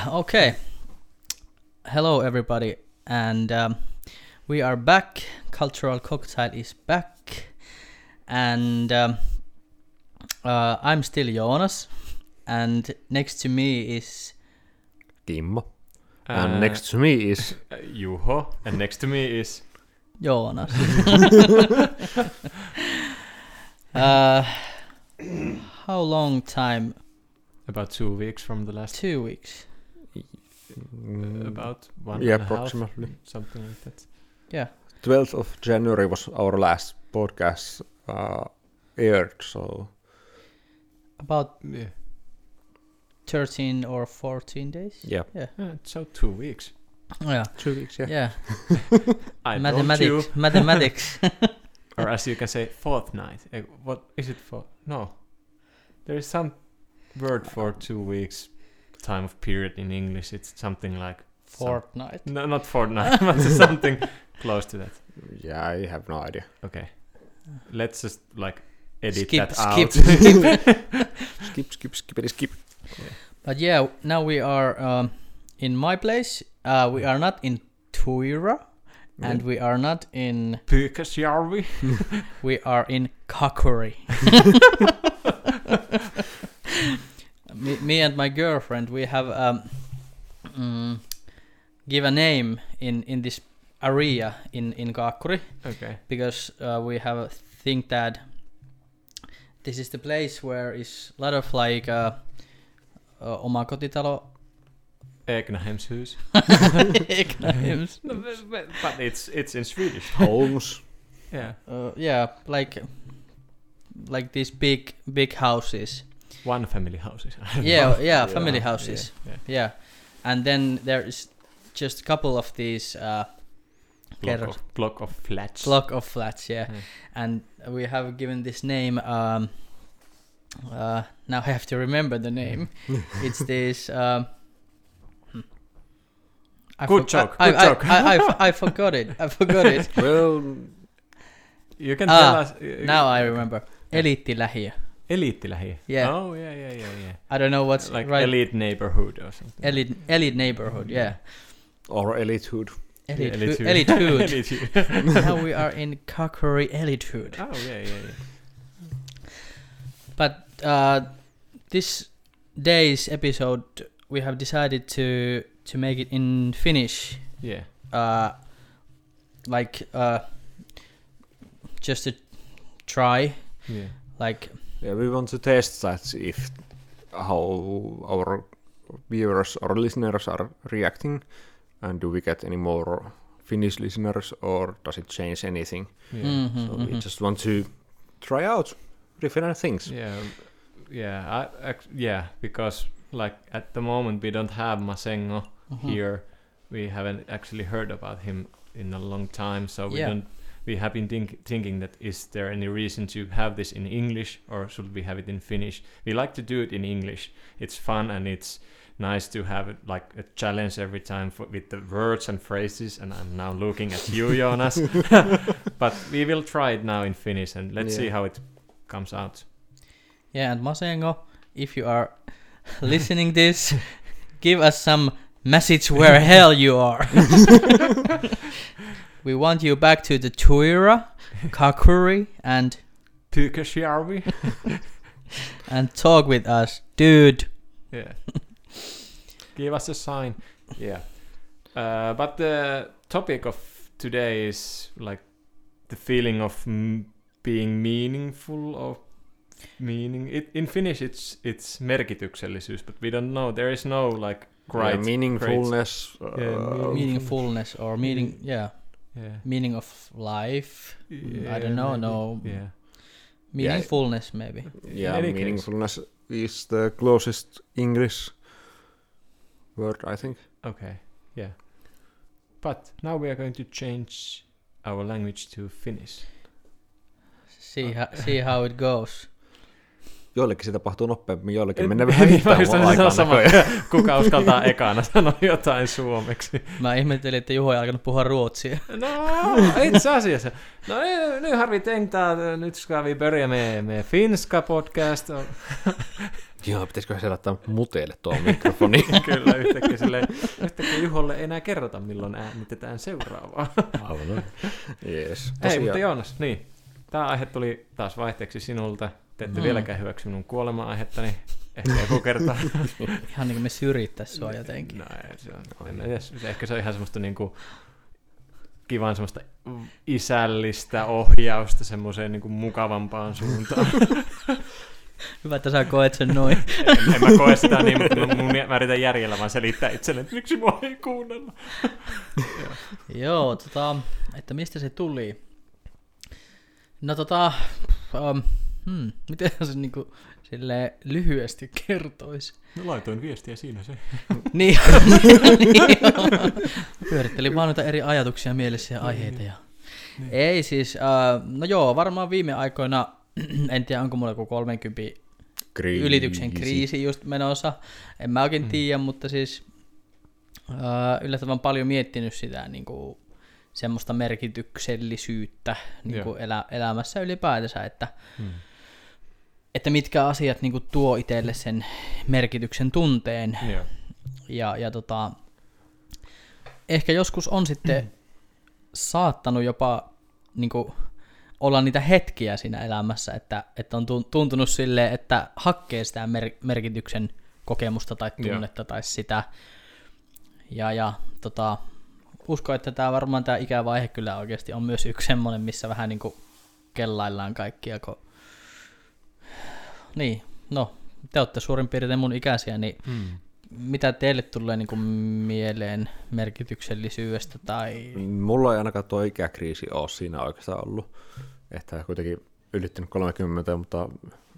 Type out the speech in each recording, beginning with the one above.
Okay. Hello, everybody, and we are back. Cultural Cocktail is back, and I'm still Jonas, and next to me is Kimmo, and next to me is Juho, and next to me is Jonas. How long time? about 2 weeks from the last. 2 weeks. About one yeah, and a half, approximately something like that. Yeah. 12th of January was our last podcast aired, so About Yeah. 13 or 14 days. yeah, So 2 weeks. Yeah. 2 weeks. Yeah, Yeah. I don't you, Mathematics. or as you can say, fortnight. What is it for? No, there is some word for 2 weeks time of period in English. It's something like Fortnight. no, not fortnight, but something close to that. Yeah, I have no idea. Okay, let's just like edit Skip, that out. skip. But yeah, now we are in my place. We are not in Tuira, and we are not in. Pyykäsjärvi. We are in Kakuri. me and my girlfriend, we have give a name in this area in Kakuri, Okay. because we have think that this is the place where is a lot of like omakotitalo. Egnahemshus. Egnahems. No, but it's in Swedish. Homes. Yeah. Yeah, like these big houses. One family houses. Yeah, family houses. Yeah. Yeah, and then there is just a couple of these Block of flats. block of flats. Yeah, Yeah. and we have given this name. Now I have to remember the name. It's this. Good joke. I forgot it. Well, You can tell us. Now I remember. Eliittilähiö. Eliittilähiö. Yeah. Oh, yeah. I don't know what's Like right. elite neighborhood or something. Elite neighborhood. Yeah. or elitehood. Elitehood. Elitehood. Now we are in Kakuri Elitehood. Oh, yeah. But this day's episode, we have decided to make it in Finnish. Yeah. Just to try. Yeah. Like, Yeah, we want to test that if how our viewers or listeners are reacting, and do we get any more Finnish listeners, or does it change anything? Yeah. So we just want to try out different things. Yeah, because like at the moment we don't have Masengo here. We haven't actually heard about him in a long time, so we have been thinking that is there any reason to have this in English, or should we have it in Finnish? We like to do it in English. It's fun and it's nice to have it like a challenge every time with the words and phrases, and I'm now looking at you, Jonas. But we will try it now in Finnish, and let's see how it comes out. yeah, and Masengo, if you are listening this, give us some message where hell you are. We want you back to the Tuira, Kakuri, and Pyykäsjärvi. and talk with us, dude. Yeah. Give us a sign. Yeah. But the topic of today is like the feeling of being meaningful or meaning. In Finnish it's merkityksellisyys, but we don't know. There is no like great meaningfulness. Meaningfulness or meaning, meaning of life. I don't know. Maybe. No. Yeah. Meaningfulness, maybe. Yeah, In any meaningfulness is the closest English word, I think. Okay. Yeah. But now we are going to change our language to Finnish. See how it goes. Joillekin se tapahtuu nopeammin, joillekin menee vähän hitaampaa Se on aikaan sama, näköjään. kuka uskaltaa ekana sanoa jotain suomeksi. Mä ihmettelin, että Juho ei alkanut puhua ruotsia. No, itse asiassa. No, nu har vi tänkt att nu ska vi börja med finska podcast. Joo, pitäisikö se laittaa muteille tuo mikrofoni? Kyllä, yhtäkkiä Juholle ei enää kerrota, milloin äänitetään seuraavaa. Aivan. Yes. Ei, mutta Joonas, niin. Tämä aihe tuli taas vaihteeksi sinulta. Te ette vieläkään hyväksy minun kuolema-aihettani. Ehkä joku kertaa. Ihan niin kuin me syrjittäisiin sua jotenkin. No ei, se on. Ehkä se on ihan semmoista niinku kivan semmoista isällistä ohjausta semmoiseen niinku mukavampaan suuntaan. Hyvä, että sä koet sen noin. En mä koe sitä niin, mutta mä yritän järjellä vaan selittää itselle, että miksi mua ei kuunnella. Joo, että mistä se tuli? No miten se niinku silleen lyhyesti kertoisi? No laitoin viestiä siinä se. Niin. Pyörittelin vaan noita eri ajatuksia mielessä ja aiheita. Ja... Ei siis, no joo, varmaan viime aikoina, en tiedä onko mulla joku 30 ylityksen kriisi just menossa. En mä oikein tiedä, mutta siis yllättävän paljon miettinyt sitä niinku semmoista merkityksellisyyttä niinku elämässä ylipäätänsä, että mitkä asiat niinku tuo itselle sen merkityksen tunteen. Ja ehkä joskus on sitten saattanut jopa niinku olla niitä hetkiä siinä elämässä, että on tuntunut silleen, että hakkee sitä merkityksen kokemusta tai tunnetta tai sitä. Ja uskon, että varmaan tämä ikävaihe kyllä oikeasti on myös yksi semmoinen, missä vähän niin kuin kellaillaan kaikkia. Niin, no, te olette suurin piirtein mun ikäisiä, niin mitä teille tulee niin kuin mieleen merkityksellisyydestä? Tai... Mulla ei ainakaan tuo ikäkriisi ole siinä oikeastaan ollut. Että kuitenkin ylittänyt 30, mutta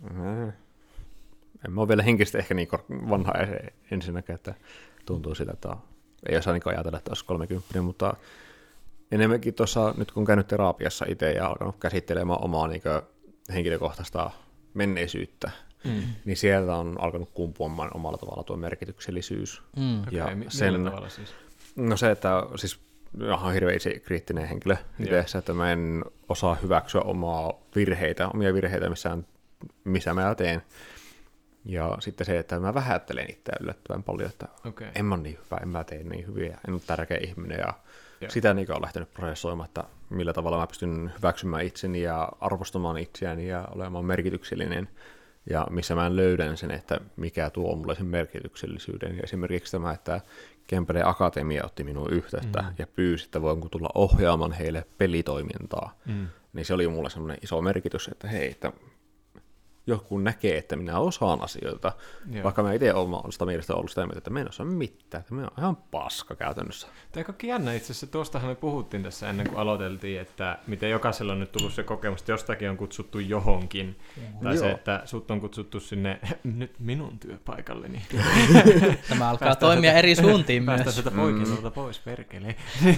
en mä ole vielä henkisesti ehkä niin vanha ensinnäkään, että tuntuu siltä, että ei osaa niin ajatella, että olisi 30, mutta enemmänkin tuossa nyt kun käynyt terapiassa itse ja alkanut käsittelemään omaa niin henkilökohtaista menneisyyttä, niin sieltä on alkanut kumpuamaan omalla tavalla tuo merkityksellisyys. Ja millä tavalla siis? No se, että siis on hirveän itse kriittinen henkilö itse, että mä en osaa hyväksyä omia virheitä missä mä teen. Ja sitten se, että mä vähättelen itseä yllättävän paljon, että en mä ole niin hyvä, en mä tee niin hyviä, en ole tärkeä ihminen. Ja sitä niin on lähtenyt prosessoimaan, että millä tavalla mä pystyn hyväksymään itseni ja arvostamaan itseäni ja olemaan merkityksellinen. Ja missä mä löydän sen, että mikä tuo mulle sen merkityksellisyyden. Ja esimerkiksi tämä, että Kempeleen Akatemia otti minun yhteyttä ja pyysi, että voinko tulla ohjaamaan heille pelitoimintaa. Niin se oli mulle semmoinen iso merkitys, että hei, että joku näkee, että minä osaan asioita, vaikka mä itse olen sitä mielestä ollut sitä mieltä, että mä en osaa mitään, että mä oon ihan paska käytännössä. Tämä on kaikki jännä itse asiassa, tuostahan me puhuttiin tässä ennen kuin aloiteltiin, että miten jokaisella on nyt tullut se kokemus, että jostakin on kutsuttu johonkin, tai se, että sut on kutsuttu sinne nyt minun työpaikalleni. Tämä alkaa toimia eri suuntiin myös. Päästään sieltä poikinolta pois, perkeleen.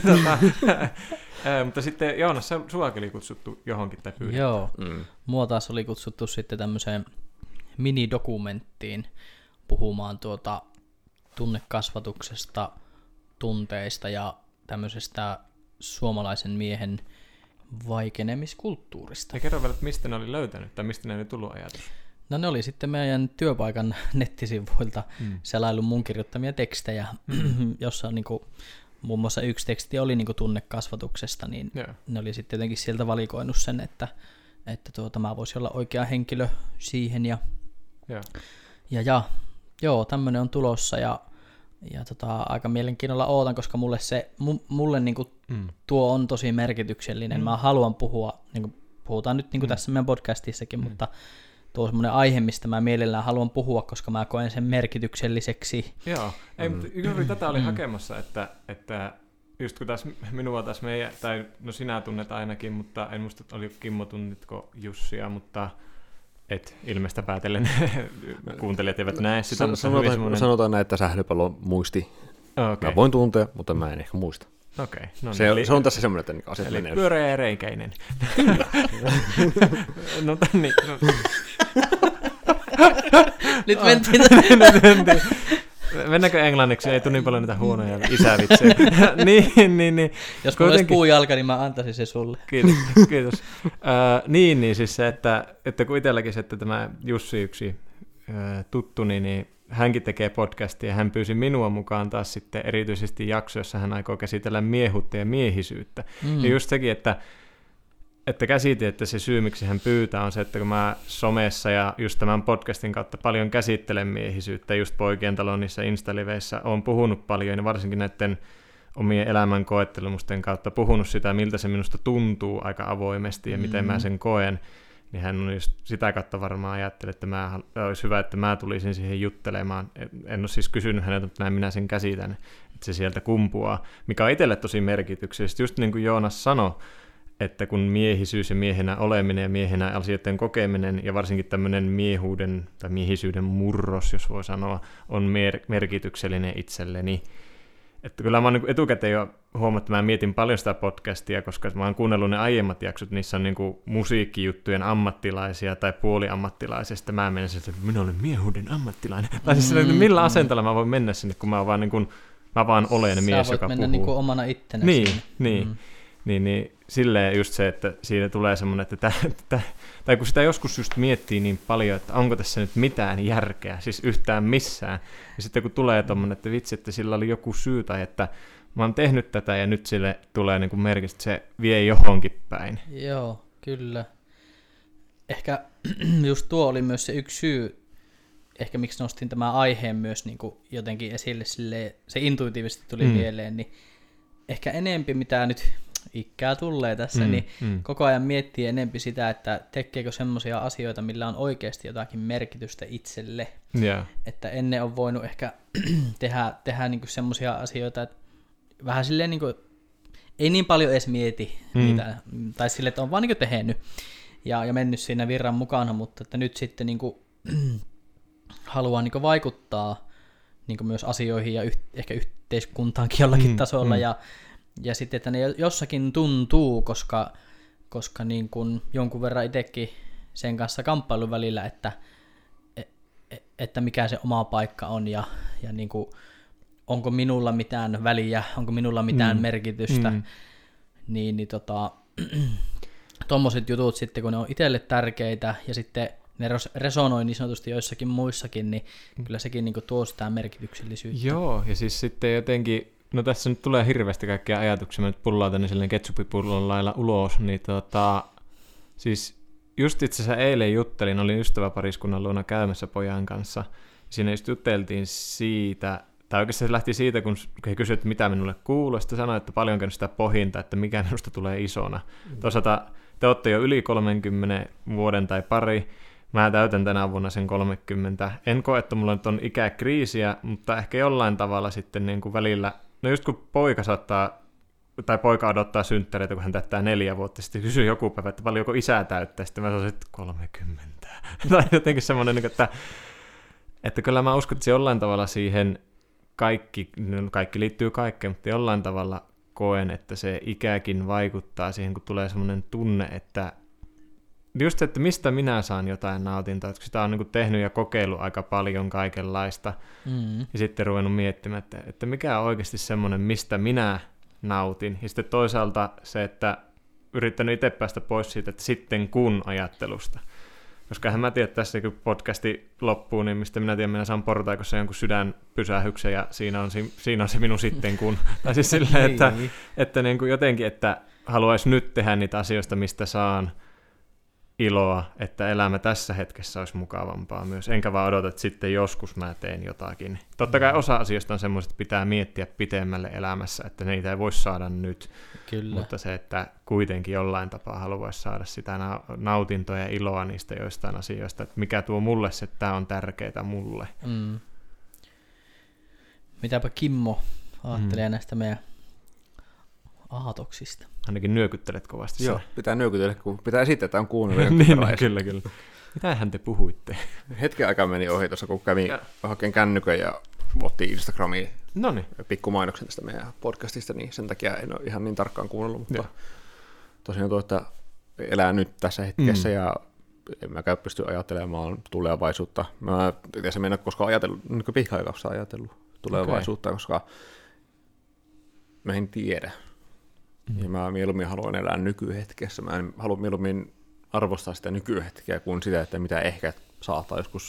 Mutta sitten Joonas, sua oli kutsuttu johonkin tai pyydetty. Joo, mua taas oli kutsuttu sitten tämmöiseen minidokumenttiin puhumaan tunnekasvatuksesta, tunteista ja tämmöisestä suomalaisen miehen vaikenemiskulttuurista. Ja kerro vielä, että mistä ne oli löytänyt tai mistä ne oli tullut ajatus? No ne oli sitten meidän työpaikan nettisivuilta selaillut mun kirjoittamia tekstejä, jossa on niinku muun muassa yksi teksti oli niinku tunnekasvatuksesta, niin ne oli sitten jotenkin sieltä valikoinut sen, että mä voisin olla oikea henkilö siihen. Ja tämmöinen on tulossa ja aika mielenkiinnolla ootan, koska mulle niinku tuo on tosi merkityksellinen. Mä haluan puhua, niinku puhutaan nyt niinku tässä meidän podcastissakin, mutta tuo on semmoinen aihe, mistä mä mielellään haluan puhua, koska mä koen sen merkitykselliseksi. Joo, ei, mutta juuri tätä oli hakemassa, että just kun minua taas tai no sinä tunnet ainakin, mutta en muista, että oli Kimmo tunnitko Jussia, mutta et ilmeistä päätellen kuuntelijat eivät näe sitä. Sanotaan näin, että sählypallon muisti. Okay. Mä voin tuntea, mutta mä en ehkä muista. Okay, no niin, se on tässä semmoinen, että asiat eli menee. Pyöreä ja reikäinen. No. Nyt mentiin. Mennäänkö englanniksi? Ei tule niin paljon niitä huonoja isävitsejä. niin. Jos mulla olisi puujalka, niin mä antaisin se sulle. Kiitos. Niin siis se, että kun itselläkin se, että tämä Jussi yksi tuttuni, niin hänkin tekee podcastia ja hän pyysi minua mukaan taas sitten erityisesti jakso, jossa hän aikoo käsitellä miehuutta ja miehisyyttä. Ja just sekin, että käsitin, että se syy, miksi hän pyytää, on se, että kun mä somessa ja just tämän podcastin kautta paljon käsittelen miehisyyttä, just Poikien talon niissä Insta-liveissä olen puhunut paljon, ja varsinkin näiden omien elämän koettelemusten kautta puhunut sitä, miltä se minusta tuntuu aika avoimesti ja miten mä sen koen, niin hän on just sitä kautta varmaan ajattelut, että olisi hyvä, että mä tulisin siihen juttelemaan. En ole siis kysynyt häneltä, mutta näin minä sen käsitän, että se sieltä kumpuaa, mikä on itselle tosi merkityksellistä. Just niin kuin Joonas sanoi, että kun miehisyys ja miehenä oleminen ja miehenä asioiden kokeminen ja varsinkin tämmöinen miehuuden tai miehisyyden murros, jos voi sanoa, on merkityksellinen itselleni. Että kyllä mä oon niin etukäteen jo huomannut, että mä mietin paljon sitä podcastia, koska mä oon kuunnellut ne aiemmat jaksot, niissä on niin kuin musiikkijuttujen ammattilaisia tai puoliammattilaisia, sitten mä menen että minä olen miehuuden ammattilainen. Tai siis että millä asenteella mä voin mennä sinne, kun mä vaan, niin kuin, mä vaan olen mies, joka puhuu. Sä voit mennä niin kuin omana ittenäsi. Niin, silleen just se, että siinä tulee semmoinen, että tai kun sitä joskus just miettii niin paljon, että onko tässä nyt mitään järkeä, siis yhtään missään, ja sitten kun tulee tommoinen, että vitsi, että sillä oli joku syy, tai että mä oon tehnyt tätä, ja nyt sille tulee niin kuin merkitys, että se vie johonkin päin. Joo, kyllä. Ehkä just tuo oli myös se yksi syy, ehkä miksi nostin tämän aiheen myös niin kuin jotenkin esille, silleen, se intuitiivisesti tuli mieleen, niin ehkä enempi mitä nyt ikää tulee tässä, niin koko ajan miettii enempi sitä, että tekeekö semmoisia asioita, millä on oikeasti jotakin merkitystä itselle. Yeah. Että ennen on voinut ehkä tehdä niinku semmoisia asioita, että vähän silleen niinku, ei niin paljon edes mieti niitä, tai silleen, että on vaan niinku tehnyt ja mennyt siinä virran mukana, mutta että nyt sitten niinku, haluaa niinku vaikuttaa niinku myös asioihin ja ehkä yhteiskuntaankin jollakin tasolla ja sitten, että ne jossakin tuntuu, koska niin kuin jonkun verran itsekin sen kanssa kamppailun välillä, että mikä se oma paikka on ja niin kuin, onko minulla mitään väliä, onko minulla mitään merkitystä, niin tommoset jutut sitten, kun ne on itselle tärkeitä ja sitten ne resonoi niin sanotusti joissakin muissakin, niin kyllä sekin niin kuin tuo sitä merkityksellisyyttä. Joo, ja siis sitten jotenkin no tässä nyt tulee hirveästi kaikkia ajatuksia, mä nyt pullaan tänne silleen ketsupipullon lailla ulos, niin siis just itse asiassa eilen juttelin, olin ystäväpariskunnan luona käymässä pojan kanssa, siinä just jutteltiin siitä, tai oikeastaan se lähti siitä, kun he kysyivät, että mitä minulle kuuluu, sitten sanoi, että paljon käynyt sitä pohinta, että mikä minusta tulee isona. Toisaalta te olette jo yli 30 vuoden tai pari, mä täytän tänä vuonna sen 30, en koe, että mulla nyt on ikäkriisiä, mutta ehkä jollain tavalla sitten niin kuin välillä. No just kun poika odottaa synttäreitä, kun hän täyttää 4 vuotta, sitten kysyy joku päivä, että paljonko isää täyttää, sitten mä sanoin, että 30. Tai jotenkin semmoinen, että kyllä mä uskon, että se jollain tavalla siihen kaikki liittyy kaikkeen, mutta jollain tavalla koen, että se ikäkin vaikuttaa siihen, kun tulee semmoinen tunne, että just, että mistä minä saan jotain nautintaa, että sitä on niin kuin tehnyt ja kokeillut aika paljon kaikenlaista, ja sitten ruvennut miettimään, että mikä on oikeasti semmoinen, mistä minä nautin, ja sitten toisaalta se, että yrittänyt itse päästä pois siitä, että sitten kun ajattelusta, koska eihän mä tiedä, että tässä kun podcasti loppuu, niin mistä minä tiedän, minä saan portaikossa jonkun sydänpysähyksen, ja siinä on se minun sitten kun, tai siis silleen, että niin kuin jotenkin, että haluaisi nyt tehdä niitä asioista, mistä saan iloa, että elämä tässä hetkessä olisi mukavampaa myös. Enkä vaan odota, että sitten joskus mä teen jotakin. Totta kai osa asioista on semmoiset, että pitää miettiä pitemmälle elämässä, että niitä ei voi saada nyt. Kyllä. Mutta se, että kuitenkin jollain tapaa haluaisi saada sitä nautintoa ja iloa niistä joistain asioista, että mikä tuo mulle se, että tämä on tärkeää mulle. Mitäpä Kimmo ajattelee näistä meidän aatoksista? Ainakin nyökyttelet kovasti. Joo, pitää nyökytellä, kun pitää esittää, että on kuunnellut. Niin, kyllä. Mitähän te puhuitte? Hetken aikaa meni ohi tuossa, kun kävin hakemaan kännykön ja ottiin Instagramiin pikkumainoksen tästä meidän podcastista, niin sen takia en ole ihan niin tarkkaan kuunnellut, mutta tosiaan tuo, että elää nyt tässä hetkessä ja en mäkään pysty ajattelemaan tulevaisuutta. Mä en mennä koskaan ajatellut, niin kuin pitkäaikaussa ajatellut tulevaisuutta, koska mä en tiedä. Ja mä mieluummin haluan elää nykyhetkessä. Mä en halua mieluummin arvostaa sitä nykyhetkeä kuin sitä, että mitä ehkä saattaa joskus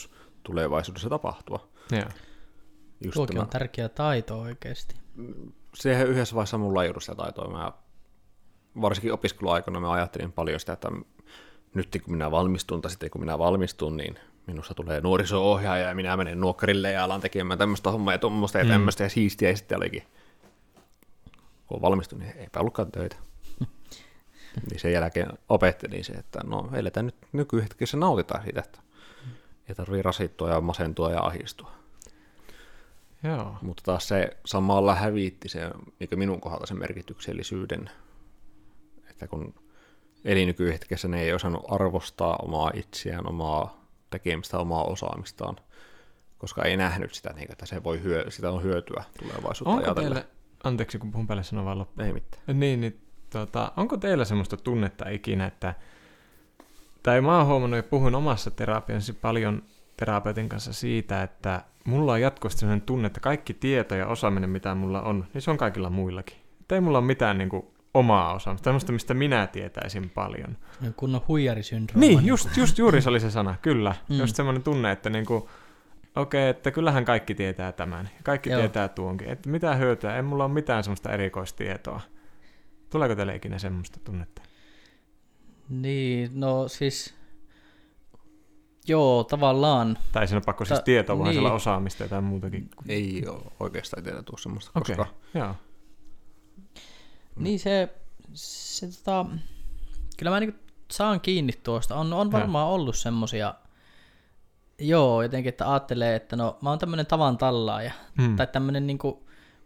tulevaisuudessa tapahtua. Yeah. Tuokin on tärkeä taito oikeasti. Siihen yhdessä vaiheessa mulla ei ollut sitä taitoa. Varsinkin opiskeluaikana mä ajattelin paljon sitä, että nyt kun minä valmistun tai sitten kun minä valmistun, niin minusta tulee nuoriso-ohjaaja ja minä menen nuokkarille ja alan tekemään tämmöistä hommaa ja tuommoista ja tämmöistä ja siistiä ja sitten olikin. Kun valmistun, niin eipä ollutkaan töitä. Niin sen jälkeen opettelin se, että no eletään nyt nykyhetkessä, nautitaan siitä, että ei tarvitse rasittua ja masentua ja ahdistua. Joo. Mutta taas se samalla häviitti se, mikä minun kohdalta sen merkityksellisyyden, että kun eli nykyhetkessä ne ei osannut arvostaa omaa itseään, omaa tekemistä, omaa osaamistaan, koska ei nähnyt sitä, että se voi sitä on hyötyä tulevaisuutta ajatella. Teille, anteeksi kun puhun päälle sanon vaan loppuun. Ei mitään. Onko teillä semmoista tunnetta ikinä, että, tai mä oon huomannut ja puhun omassa terapiassa paljon terapeutin kanssa siitä, että mulla on jatkuvasti sellainen tunne, että kaikki tieto ja osaaminen, mitä mulla on, niin se on kaikilla muillakin. Että ei mulla ole mitään niin kuin omaa osaamista, tämmöistä, mistä minä tietäisin paljon. Kunnon huijarisyndrooma. Niin, just juuri se oli se sana, kyllä. Just semmoinen tunne, että niinku, okei, että kyllähän kaikki tietää tämän, kaikki tietää tuonkin, että mitä hyötyä, ei mulla ole mitään semmoista erikoistietoa. Tuleeko teille ikinä semmoista tunnetta? Niin, no siis, joo, tavallaan. Tai siinä on pakko siis tietoa, vaan siellä osaamista tai muutakin. Ei ole oikeastaan tietoa semmoista, koska... Joo. Niin kyllä mä niinku saan kiinni tuosta. On varmaan ollut semmosia, jotenkin, että ajattelee, että no mä oon tämmönen tavan tallaaja, tai tämmönen niinku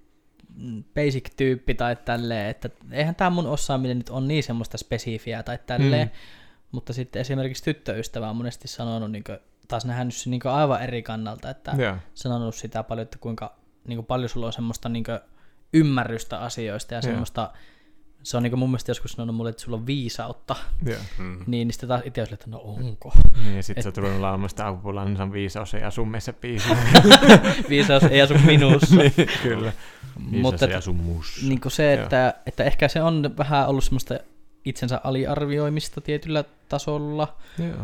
basic-tyyppi tai tälleen, että eihän tää mun osaaminen nyt on niin semmoista spesifiä tai tälleen, mutta sitten esimerkiksi tyttöystävä on monesti sanonut, niinku, taas nähnyt se niinku aivan eri kannalta, että sanonut sitä paljon, että kuinka niinku paljon sulla on semmoista niinku ymmärrystä asioista ja semmoista, se on niinku mun mielestä joskus sanonut mulle, että sulla on viisautta, niin sitten taas itse että no onko. Niin ja sit sä tullut laamasta Apulansan viisaus ei asu meissä biisissä. Viisaus ei asu minussa. Niin, kyllä. Mutta ei asu muussa. Niinku se, että ehkä se on vähän ollut semmoista itsensä aliarvioimista tietyllä tasolla,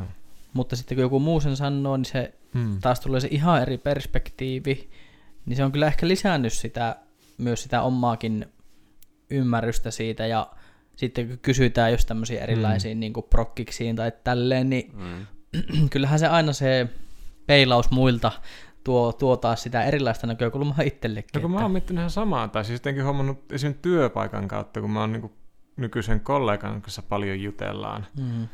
mutta sitten kun joku muu sen sanoo, niin se taas tulee se ihan eri perspektiivi, niin se on kyllä ehkä lisännyt myös sitä omaakin ymmärrystä siitä, ja sitten kun kysytään just tämmöisiä erilaisiin niin kuin prokkiksiin tai tälleen, niin kyllähän se aina se peilaus muilta tuo taas sitä erilaista näkökulmaa itsellekin. No kun mä oon miettinyt ihan samaa, tai siis jotenkin huomannut esimerkiksi työpaikan kautta, kun mä oon niin kuin nykyisen kollegan kanssa paljon jutellaan,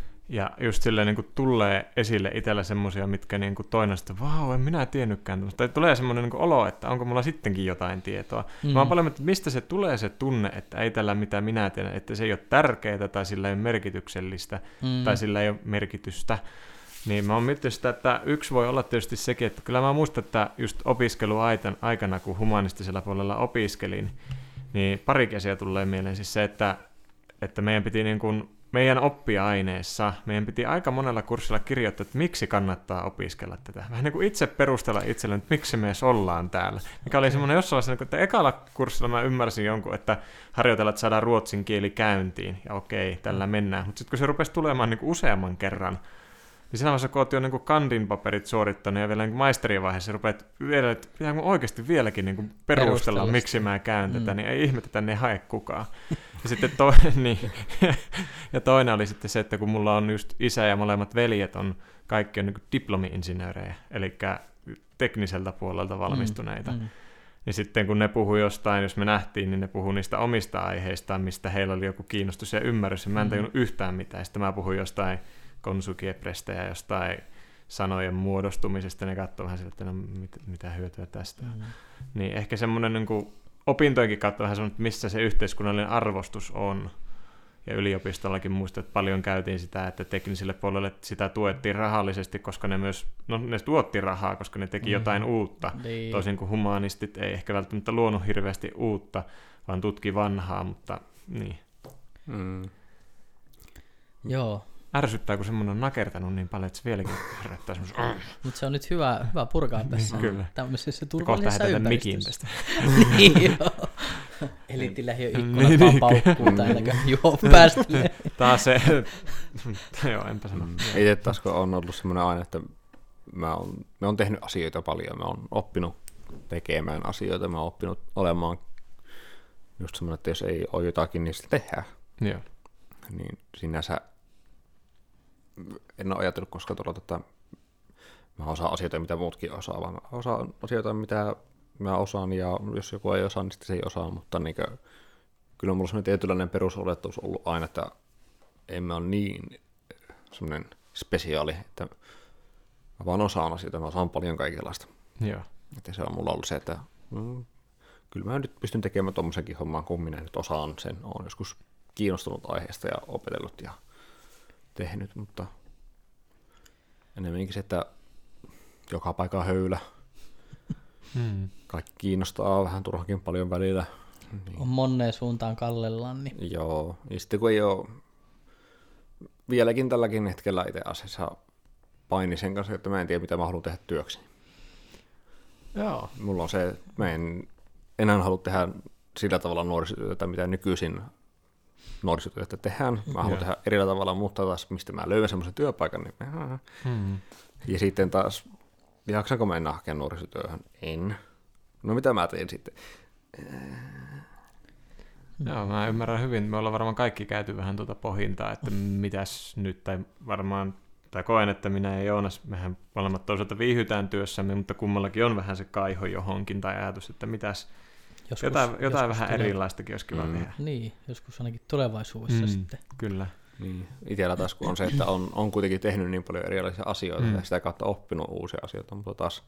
ja just silleen niin kuin tulee esille itsellä semmoisia, mitkä niin kuin toinen sitten, vau, en minä tiennytkään tämmöistä. Tai tulee semmoinen niin kuin olo, että onko mulla sittenkin jotain tietoa. Mä oon paljon miettinyt, mistä se tulee se tunne, että ei tällä mitä minä tiedän, että se ei ole tärkeää tai sillä ei ole merkityksellistä tai sillä ei ole merkitystä. Niin mä oon miettinyt sitä, että yksi voi olla tietysti sekin, että kyllä mä muistan, että just opiskeluaikana, kun humanistisella puolella opiskelin, niin pari käsiä tulee mieleen siis se, että meidän piti niin kuin meidän oppiaineessa, meidän piti aika monella kurssilla kirjoittaa, että miksi kannattaa opiskella tätä. Vähän niin kuin itse perustella itselleen, että miksi me edes ollaan täällä. Mikä oli semmoinen jossain vaiheessa, että ekalla kurssilla mä ymmärsin jonkun, että harjoitella, että saadaan ruotsin kieli käyntiin. Ja okei, tällä mennään. Mutta sitten kun se rupesi tulemaan niin kuin useamman kerran, niin siinä vaiheessa, kun olet jo niin kandin paperit suorittanut ja vielä niin maisterin vaiheessa rupeat vielä, että pitää oikeasti vieläkin niin perustella, miksi mä käyn tätä, niin ei ihme, että tänne ei hae kukaan. Ja sitten ja toinen oli sitten se, että kun mulla on just isä ja molemmat veljet on kaikki on niin diplomi-insinöörejä, eli tekniseltä puolelta valmistuneita. Niin sitten kun ne puhui jostain, jos me nähtiin, niin ne puhui niistä omista aiheistaan, mistä heillä oli joku kiinnostus ja ymmärrys, ja mä en tajunnut yhtään mitään. Sitten mä puhuin jostain konsukieprestä ja jostain sanojen muodostumisesta, ne katsoi vähän sille, että no, mitä hyötyä tästä. Niin ehkä semmoinen niin kuin opintojenkin kautta vähän semmoinen, että missä se yhteiskunnallinen arvostus on. Ja yliopistollakin muistan, että paljon käytiin sitä, että tekniselle puolelle sitä tuettiin rahallisesti, koska ne tuotti rahaa, koska ne teki jotain uutta. Niin. Toisin kuin humanistit ei ehkä välttämättä luonut hirveästi uutta, vaan tutki vanhaa, mutta niin. Joo. Ärsyttää, kun semmoinen on nakertanut niin paljon, että se vieläkin herättää semmoisen. Mutta se on nyt hyvä purkaa tässä tämmöisessä turvallisessa ympäristössä. Niin joo. Elittilähiö ikkunat vaan paukkuu täällä, juo päästelee. Taas se, joo, enpä sano. Itse taas kun on ollut semmoinen aina, että mä oon tehnyt asioita paljon, mä oon oppinut tekemään asioita, mä oon oppinut olemaan just semmoinen, että jos ei ole jotakin, niin sitä tehdään. Joo. Niin sinänsä en ole ajatellut koskaan tuolla, että mä osaan asioita, mitä muutkin osaa, vaan mä osaan asioita, mitä mä osaan, ja jos joku ei osaa, niin sitten se ei osaa, mutta niin kuin, kyllä mulla on sellainen tietynlainen perusoletus ollut aina, että en mä ole niin semmoinen spesiaali, että mä vaan osaan asioita, mä osaan paljon kaikenlaista. Joo. Että se on mulla ollut se, että kyllä mä nyt pystyn tekemään tommosenkin homman, kun minä nyt osaan sen. Olen joskus kiinnostunut aiheesta ja opetellut ja tehnyt, mutta enemmänkin se, että joka paikka höylä. Kaikki kiinnostaa vähän turhankin paljon välillä. Niin. On moneen suuntaan kallellaan. Niin. Joo, ja sitten kun ei ole vieläkin tälläkin hetkellä itse asiassa paini sen kanssa, että mä en tiedä, mitä mä haluan tehdä työksi. Joo. Mulla on se, mä en enää halua tehdä sillä tavalla nuorisotyötä, mitä nykyisin nuorisotyötä tehdään. Mä haluan tehdä eri tavalla, mutta taas mistä mä löydän semmoisen työpaikan. Niin ja sitten taas, jaksanko mä enää hakea nuorisotyöhön? En. No mitä mä teen sitten? Joo, mä ymmärrän hyvin. Me ollaan varmaan kaikki käyty vähän tuota pohintaa, että mitäs nyt, tai varmaan, tai koen, että minä ja Joonas, mehän molemmat toisaalta viihytään työssämme, mutta kummallakin on vähän se kaiho johonkin, tai ajatus, että mitäs, jotain vähän erilaistakin olisi kiva tehdä. Niin, joskus ainakin tulevaisuudessa sitten. Kyllä. Niin. Itsellä taas kun on se, että on kuitenkin tehnyt niin paljon erilaisia asioita ja sitä kautta oppinut uusia asioita, mutta taas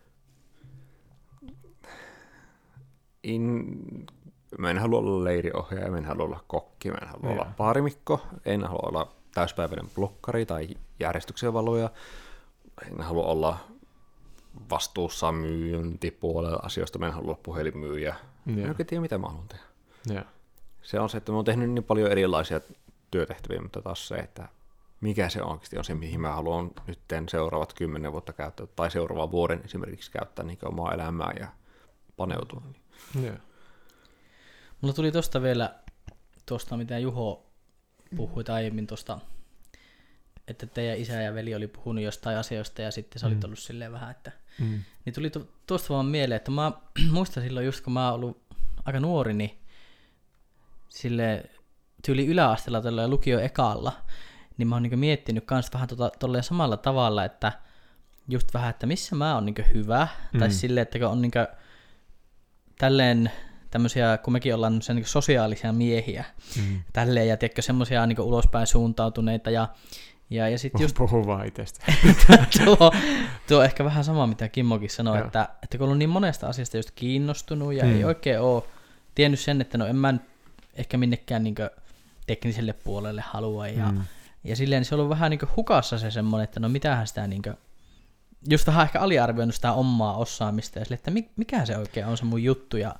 mä en halua olla leiriohjaaja, mä en halua olla kokki, mä en halua olla baarimikko, en halua olla täyspäiväinen blokkari tai järjestyksenvalvoja, en halua olla vastuussa myyntipuolella asioista, mä en halua olla puhelinmyyjä. En oikein tiedä, mitä mä haluan tehdä. Yeah. Se on se, että mä oon tehnyt niin paljon erilaisia työtehtäviä, mutta taas se, että mikä se oikeasti on se, mihin mä haluan nyt seuraavat 10 vuotta käyttää, tai seuraavan vuoden esimerkiksi käyttää niin omaa elämää ja paneutua. Yeah. Mulla tuli tuosta vielä, mitä Juho puhui aiemmin tuosta, että teidän isä ja veli oli puhunut jostain asioista ja sitten sä olit ollut silleen vähän, että niin tuli tuosta vaan mieleen, että mä muistan silloin just kun mä oon ollut aika nuori, niin silleen tyyli yläasteella tällä ja lukio ekalla, niin mä oon niinku miettinyt kans vähän tolleen samalla tavalla, että just vähän, että missä mä oon niinku hyvä, tai silleen, että on niinku tälleen tämmöisiä, kun mekin ollaan niinku sosiaalisia miehiä, tälleen, ja tiedätkö, semmosia niinku ulospäin suuntautuneita, ja sitten just puhu vaan itsestä. tuo on ehkä vähän sama, mitä Kimmokin sanoi, että kun on ollut niin monesta asiasta just kiinnostunut, ja ei oikein ole tiennyt sen, että no en mä ehkä minnekään niinku tekniselle puolelle halua, ja silleen se on ollut vähän niinku hukassa se semmoinen, että no mitähän sitä niinku, just vähän ehkä aliarvioinut sitä omaa osaamista, ja silleen, että mikä se oikein on se mun juttu, ja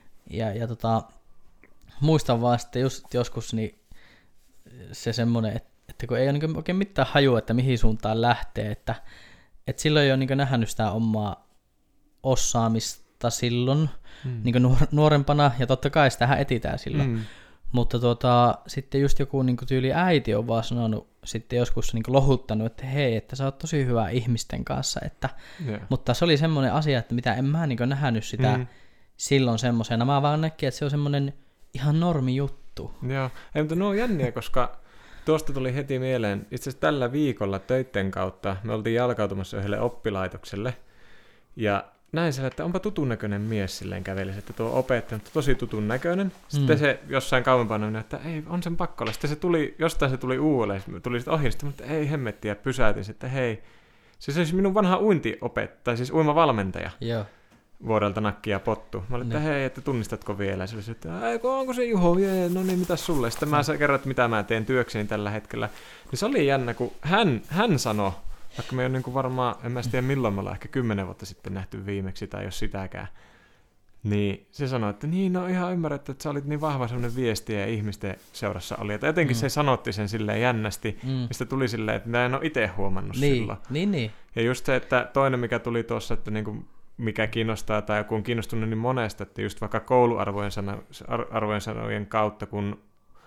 muistan vaan sitten just joskus niin se semmoinen, että kun ei ole niin oikein mitään hajua, että mihin suuntaan lähtee, että silloin ei ole niin nähnyt sitä omaa osaamista silloin niin nuorempana, ja totta kai sitähän etsitään silloin, mutta sitten just joku niin tyyli äiti on vaan sanonut sitten joskus niin lohuttanut, että hei, että sä oot tosi hyvä ihmisten kanssa, mutta se oli semmoinen asia, että mitä en mä niin nähnyt sitä silloin semmoisena, mä vaan näkin, että se on semmoinen ihan normi juttu. Joo, ei, mutta ne on jänniä, koska tuosta tuli heti mieleen, itse asiassa tällä viikolla töitten kautta me oltiin jalkautumassa yhdelle oppilaitokselle, ja näin siellä, että onpa tutun näköinen mies silleen kävelisi, että tuo opettaja on tosi tutun näköinen. Sitten se jossain kauempana, että ei, on sen pakko olla. Sitten se tuli uudelleen, tuli sitten ohi, mutta ei hemmettiä, pysäytin, että hei, se olisi minun vanha uintiopettaja, siis uimavalmentaja. Joo. Vuodelta nakki ja pottu. Mä olin, että hei, että tunnistatko vielä? Se oli, että onko se Juho? Jee, no niin, mitäs sulle? Sitten mä kerron, että mitä mä teen työkseni tällä hetkellä. Niin se oli jännä, kun hän sanoi, vaikka me ei ole niin varmaan, en mä tiedä milloin me ollaan ehkä 10 vuotta sitten nähty viimeksi tai jos sitäkään. Niin se sanoi, että niin, no ihan ymmärretty, että sä olit niin vahva sellainen viesti ja ihmisten seurassa oli. Että jotenkin se sanotti sen silleen jännästi, mistä tuli silleen, että mä en ole itse huomannut silloin. Niin. Ja just se, että toinen mikä tuli tuossa, että niinku mikä kiinnostaa tai kun on kiinnostunut niin monesta, että just vaikka kouluarvojen sanojen kautta, kun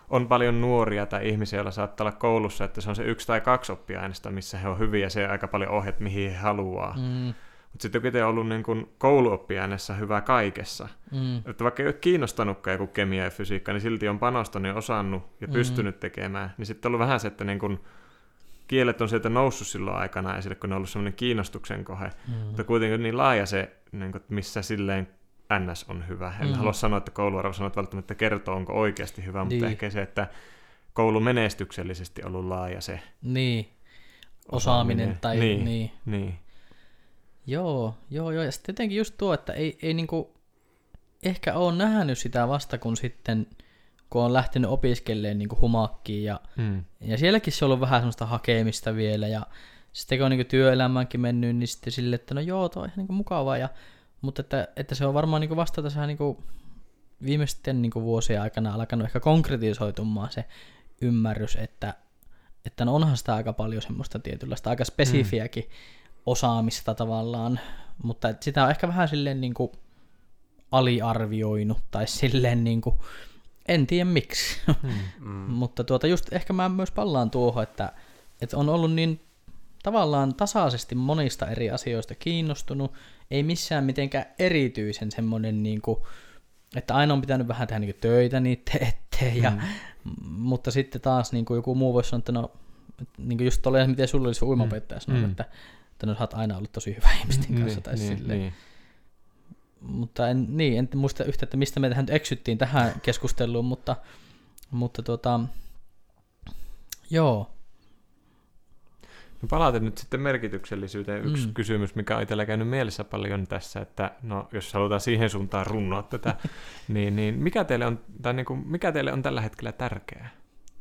on paljon nuoria tai ihmisiä, joilla saattaa olla koulussa, että se on se 1 tai 2 oppiaineesta, missä he on hyviä, ja se on aika paljon ohjeet, mihin he haluaa. Mutta sitten kun itse on ollut niin kun kouluoppiaineessa hyvä kaikessa, että vaikka ei ole kiinnostanutkaan joku kemia ja fysiikka, niin silti on panostanut ja osannut ja pystynyt tekemään, niin sitten on ollut vähän se, että niin kun kielet on sieltä noussut silloin aikana esille, kun ne on ollut semmoinen kiinnostuksen kohe, mutta kuitenkin niin laaja se, niin kun, missä silleen NS on hyvä. En halua sanoa, että kouluarvosanat välttämättä kertoo, onko oikeasti hyvä, mutta ehkä se, että koulu menestyksellisesti ollut laaja se osaaminen. Tai, niin. Joo. Ja sitten jotenkin just tuo, että ei niinku ehkä ole nähnyt sitä vasta, kun sitten kun on lähtenyt opiskelemaan niinku humakkiin ja sielläkin se on ollut vähän semmoista hakemista vielä ja sitten kun on niinku työelämäänkin mennyt, niin sitten silleen, että no joo, tuo on ihan niinku mukavaa mutta että se on varmaan niinku vasta tässä niinku viimeisten niinku vuosien aikana alkanut ehkä konkretisoitumaan se ymmärrys, että no onhan sitä aika paljon semmoista tietynlaista aika spesifiäkin osaamista tavallaan, mutta sitä on ehkä vähän silleen niinku aliarvioinut tai silleen niinku, en tiedä miksi, mutta just ehkä mä myös pallaan tuohon, että on ollut niin tavallaan tasaisesti monista eri asioista kiinnostunut, ei missään mitenkään erityisen semmoinen, niinku, että aina on pitänyt vähän tehdä niinku töitä niiden eteen, mutta sitten taas niinku joku muu voisi sanoa, että no, niinku just oli, miten sulla oli se uimapettaja sanoi, että no sä oot aina ollut tosi hyvä ihmisten kanssa tai silleen. Niin. Mutta en muista yhtä, että mistä me nyt eksyttiin tähän keskusteluun, mutta joo. No palaten nyt sitten merkityksellisyyteen. Yksi kysymys, mikä on itsellä käynyt mielessä paljon tässä, että no, jos halutaan siihen suuntaan runnoa tätä, niin mikä teille on tällä hetkellä tärkeää?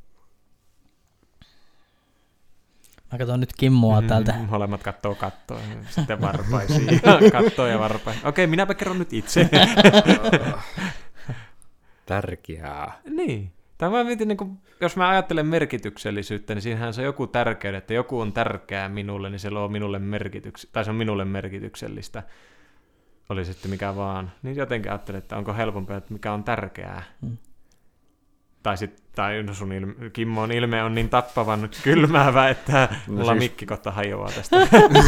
Mä katson nyt Kimmoa täältä. Molemmat kattoo, sitten varpaisiin. Kattoo ja varpaisiin. Okei, minäpä kerron nyt itse. Tärkeää. Niin. Tai mä mietin, niin kun, jos mä ajattelen merkityksellisyyttä, niin siinähän se on joku tärkeyden, että joku on tärkeää minulle, niin se luo minulle tai se on minulle merkityksellistä. Oli sitten mikä vaan. Niin jotenkin ajattelen, että onko helpompaa, että mikä on tärkeää. Tai sun Kimmon ilme on niin tappavan kylmäävä, että mulla mikki kohta hajoaa tästä.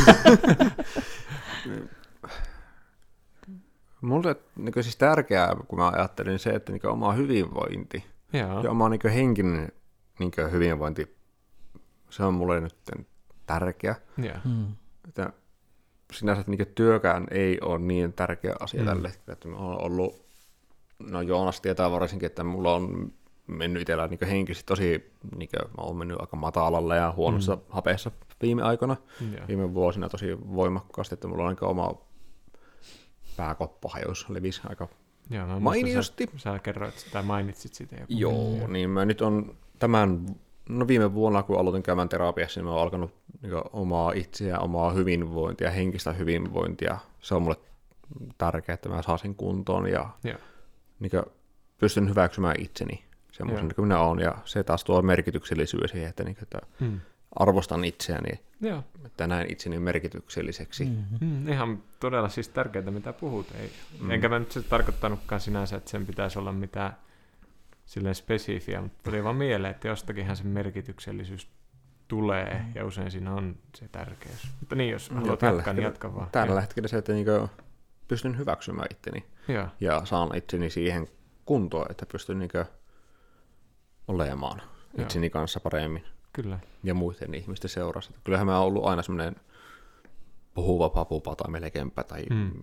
Mulle niin siis tärkeää, kun mä ajattelin se, että niin oma hyvinvointi ja oma niin henkinen niin hyvinvointi, se on mulle nyt tärkeä. Että sinänsä niin työkään ei ole niin tärkeä asia tälle hetkellä, että mä oon ollut, no Joonas tietää varsinkin, että mulla on mennyt itsellä niin henkisesti tosi, niin mä oon mennyt aika matalalle ja huonossa hapeessa viime aikoina, viime vuosina tosi voimakkaasti, että mulla on aika oma pääkoppahajuus levisi aika mainiosti. Sä kerroit tai mainitsit sitä joku. Joo, niin mä nyt on viime vuonna, kun aloitin käymään terapiassa, niin mä oon alkanut niin omaa itseä, omaa hyvinvointia, henkistä hyvinvointia. Se on mulle tärkeää, että mä saan sen kuntoon ja niin pystyn hyväksymään itseni semmoisen kuin minä olen. Ja se taas tuo merkityksellisyys siihen, että arvostan itseäni, että näen itseni merkitykselliseksi. Ihan todella siis tärkeää, mitä puhut. Enkä mä nyt se tarkoittanutkaan sinänsä, että sen pitäisi olla mitään silleen spesifiä, mutta tuli vaan mieleen, että jostakinhan se merkityksellisyys tulee, ja usein siinä on se tärkeys. Mutta niin, jos haluat jatkaa, niin jatka vaan. Tällä hetkellä se, että pystyn hyväksymään itteni ja saan itseni siihen kuntoon, että pystyn olemaan itseni kanssa paremmin. Kyllä. Ja muiden ihmisten seurassa. Kyllähän mä oon ollut aina semmoinen puhuva papupa tai melkeinpä, tai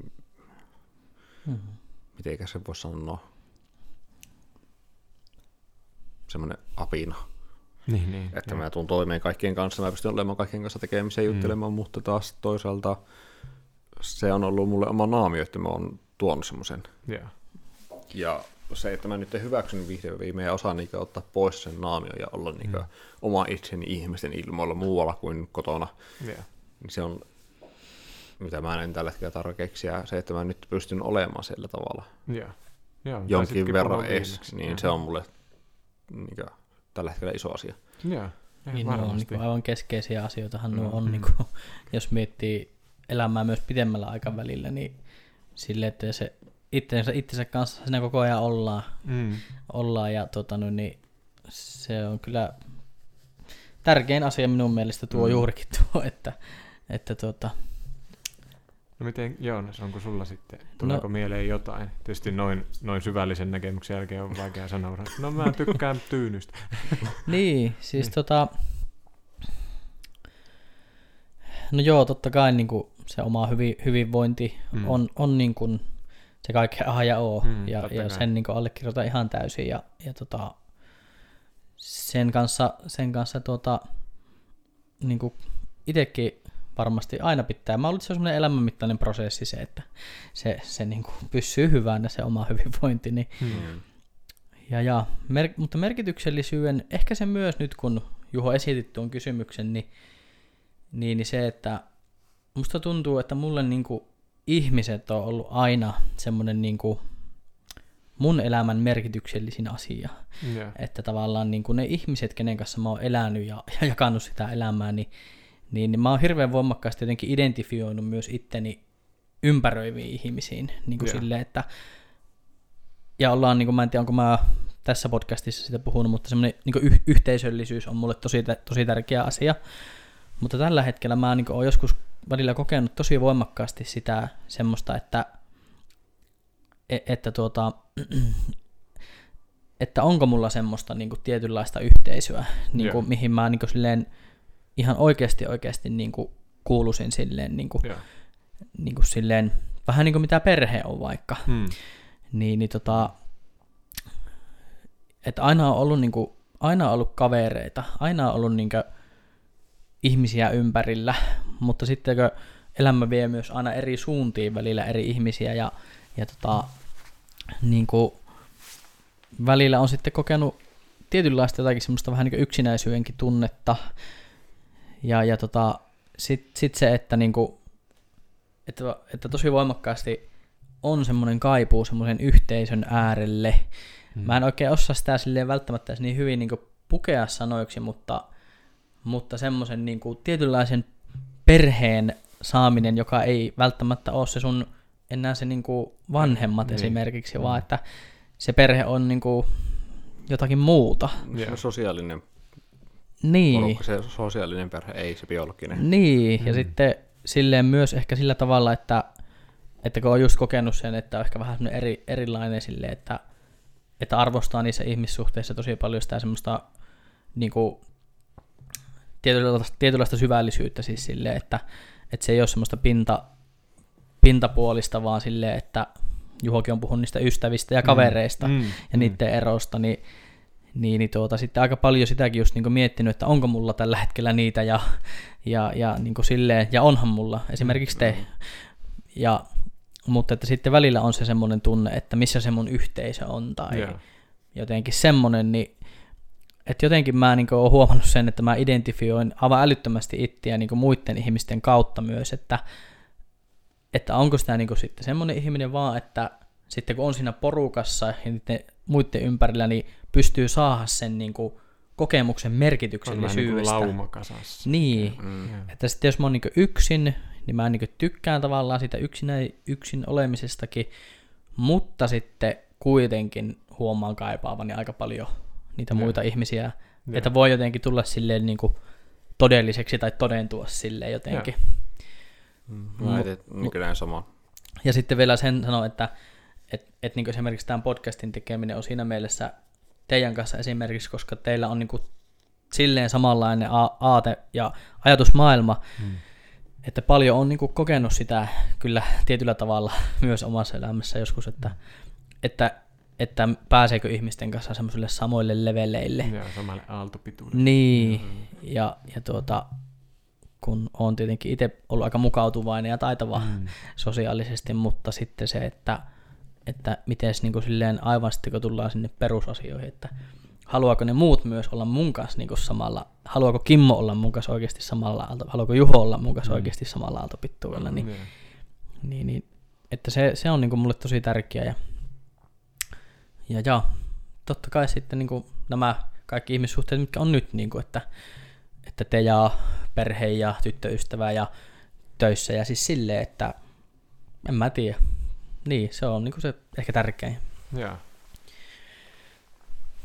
mitenkä se voisi sanoa, semmoinen apina. Niin, että mä tuun toimeen kaikkien kanssa, mä pystyn olemaan kaikkien kanssa tekemisen ja juttelemaan, mutta taas toisaalta se on ollut mulle oma naamio, että mä oon tuonut semmoisen. Ja se, että mä nyt hyväksyn viimein ja osaan ottaa pois sen naamion ja olla oma itseni ihmisten ilmoilla muualla kuin kotona, niin se on, mitä mä en tällä hetkellä tarkeeksi, ja se, että mä nyt pystyn olemaan sillä tavalla jonkin verran edes, niin se on mulle tällä hetkellä iso asia. Niin on aivan keskeisiä asioitahan nuo on, jos miettii elämää myös pidemmällä aikavälillä, niin silleen, että se itsensä kanssa siinä koko ajan ollaan ja niin se on kyllä tärkein asia minun mielestä tuo juurikin tuo, että No miten Joonas, onko sulla sitten, tuleeko mieleen jotain? Tietysti noin syvällisen näkemyksen jälkeen on vaikea sanoa, no mä tykkään tyynystä. Niin, siis no joo, totta kai niin kuin se oma hyvinvointi on niin kuin se kaikkein A ja O, ja sen niin kuin allekirjoitan ihan täysin, ja sen kanssa niin kuin itsekin varmasti aina pitää. Mä luulen, että se on semmoinen elämänmittainen prosessi se, että se niin kuin pysyy hyvänä se oma hyvinvointi. Niin. Mutta merkityksellisyyden, ehkä se myös nyt, kun Juho esitit tuon kysymyksen, niin se, että musta tuntuu, että mulle niin kuin ihmiset on ollut aina semmoinen niin kuin mun elämän merkityksellisin asia. Yeah. Että tavallaan niin kuin ne ihmiset, kenen kanssa mä oon elänyt ja jakanut sitä elämää, niin mä oon hirveän voimakkaasti jotenkin identifioinut myös itteni ympäröiviin ihmisiin. Niin kuin silleen, että, ja ollaan, niin kuin, mä en tiedä, onko mä tässä podcastissa sitä puhunut, mutta semmoinen niin kuin yhteisöllisyys on mulle tosi tärkeä asia. Mutta tällä hetkellä mä niin kuin oon joskus välillä kokenut tosi voimakkaasti sitä semmoista, että onko mulla semmoista niin kuin tietynlaista yhteisöä, niin kuin, mihin mä niin kuin silleen ihan oikeasti niin kuin kuuluisin silleen, niin kuin silleen, vähän niin kuin mitä perhe on vaikka. Että aina on ollut kavereita, aina on ollut niin kuin ihmisiä ympärillä, mutta sitten kun elämä vie myös aina eri suuntiin välillä eri ihmisiä ja niin kuin välillä on sitten kokenut tietynlaista jotakin semmoista vähän niin kuin yksinäisyydenkin tunnetta ja sit se, että, niin kuin, että tosi voimakkaasti on semmoinen kaipuu semmoisen yhteisön äärelle. Mä en oikein osaa sitä silleen välttämättä niin hyvin niin kuin pukea sanoiksi, mutta semmoisen niin kuin tietynlaisen perheen saaminen, joka ei välttämättä ole se sun enää se niin kuin vanhemmat esimerkiksi, vaan että se perhe on niin kuin jotakin muuta. Se sosiaalinen porukka, se sosiaalinen perhe, ei se biologinen. Niin, ja sitten silleen myös ehkä sillä tavalla, että kun on just kokenut sen, että on ehkä vähän erilainen silleen, että arvostaa niissä ihmissuhteissa tosi paljon sitä semmoista niin kuin tietynlaista syvällisyyttä siis silleen, että se ei ole semmoista pintapuolista, vaan silleen, että Juhokin on puhunut niistä ystävistä ja kavereista ja niiden erosta, niin sitten aika paljon sitäkin just niinku miettinyt, että onko mulla tällä hetkellä niitä ja niinku silleen, ja onhan mulla esimerkiksi te. Mutta että sitten välillä on se semmoinen tunne, että missä se mun yhteisö on tai jotenkin semmoinen, niin että jotenkin mä niinku oon huomannut sen, että mä identifioin aivan älyttömästi itseä niinku muiden ihmisten kautta myös, että onko sitä niinku sitten semmoinen ihminen vaan, että sitten kun on siinä porukassa ja niiden muiden ympärillä, niin pystyy saada sen niinku kokemuksen merkityksellisyydestä. On niin laumakasassa. Niin, että sitten jos mä oon niinku yksin, niin mä niinku tykkään tavallaan sitä yksin olemisestakin, mutta sitten kuitenkin huomaan kaipaavani aika paljon niitä muita ihmisiä, että voi jotenkin tulla silleen niinku todelliseksi tai todentua silleen jotenkin. Nykyään sama. Ja sitten vielä sen sanoo, että niin esimerkiksi tämän podcastin tekeminen on siinä mielessä teidän kanssa esimerkiksi, koska teillä on niin silleen samanlainen aate ja ajatusmaailma, että paljon on niin kokenut sitä kyllä tietyllä tavalla myös omassa elämässä joskus, että pääseekö ihmisten kanssa semmoisille samoille leveleille. Ja samalle aaltopituudelle. Niin, ja kun olen tietenkin itse ollut aika mukautuvainen ja taitava sosiaalisesti, mutta sitten se, että miten niin silleen aivan sitten kun tullaan sinne perusasioihin, että haluaako ne muut myös olla mun kanssa niin samalla, haluaako Kimmo olla mun kanssa oikeasti samalla, haluaako Juho olla mun kanssa oikeasti samalla aaltopituudella, niin että se on niin mulle tosi tärkeä ja totta kai sitten niin nämä kaikki ihmissuhteet, mitkä on nyt, niin kuin, että te ja perhe ja tyttöystävä ja töissä ja siis silleen, että en mä tiedä. Niin, se on niin se ehkä tärkein. Joo.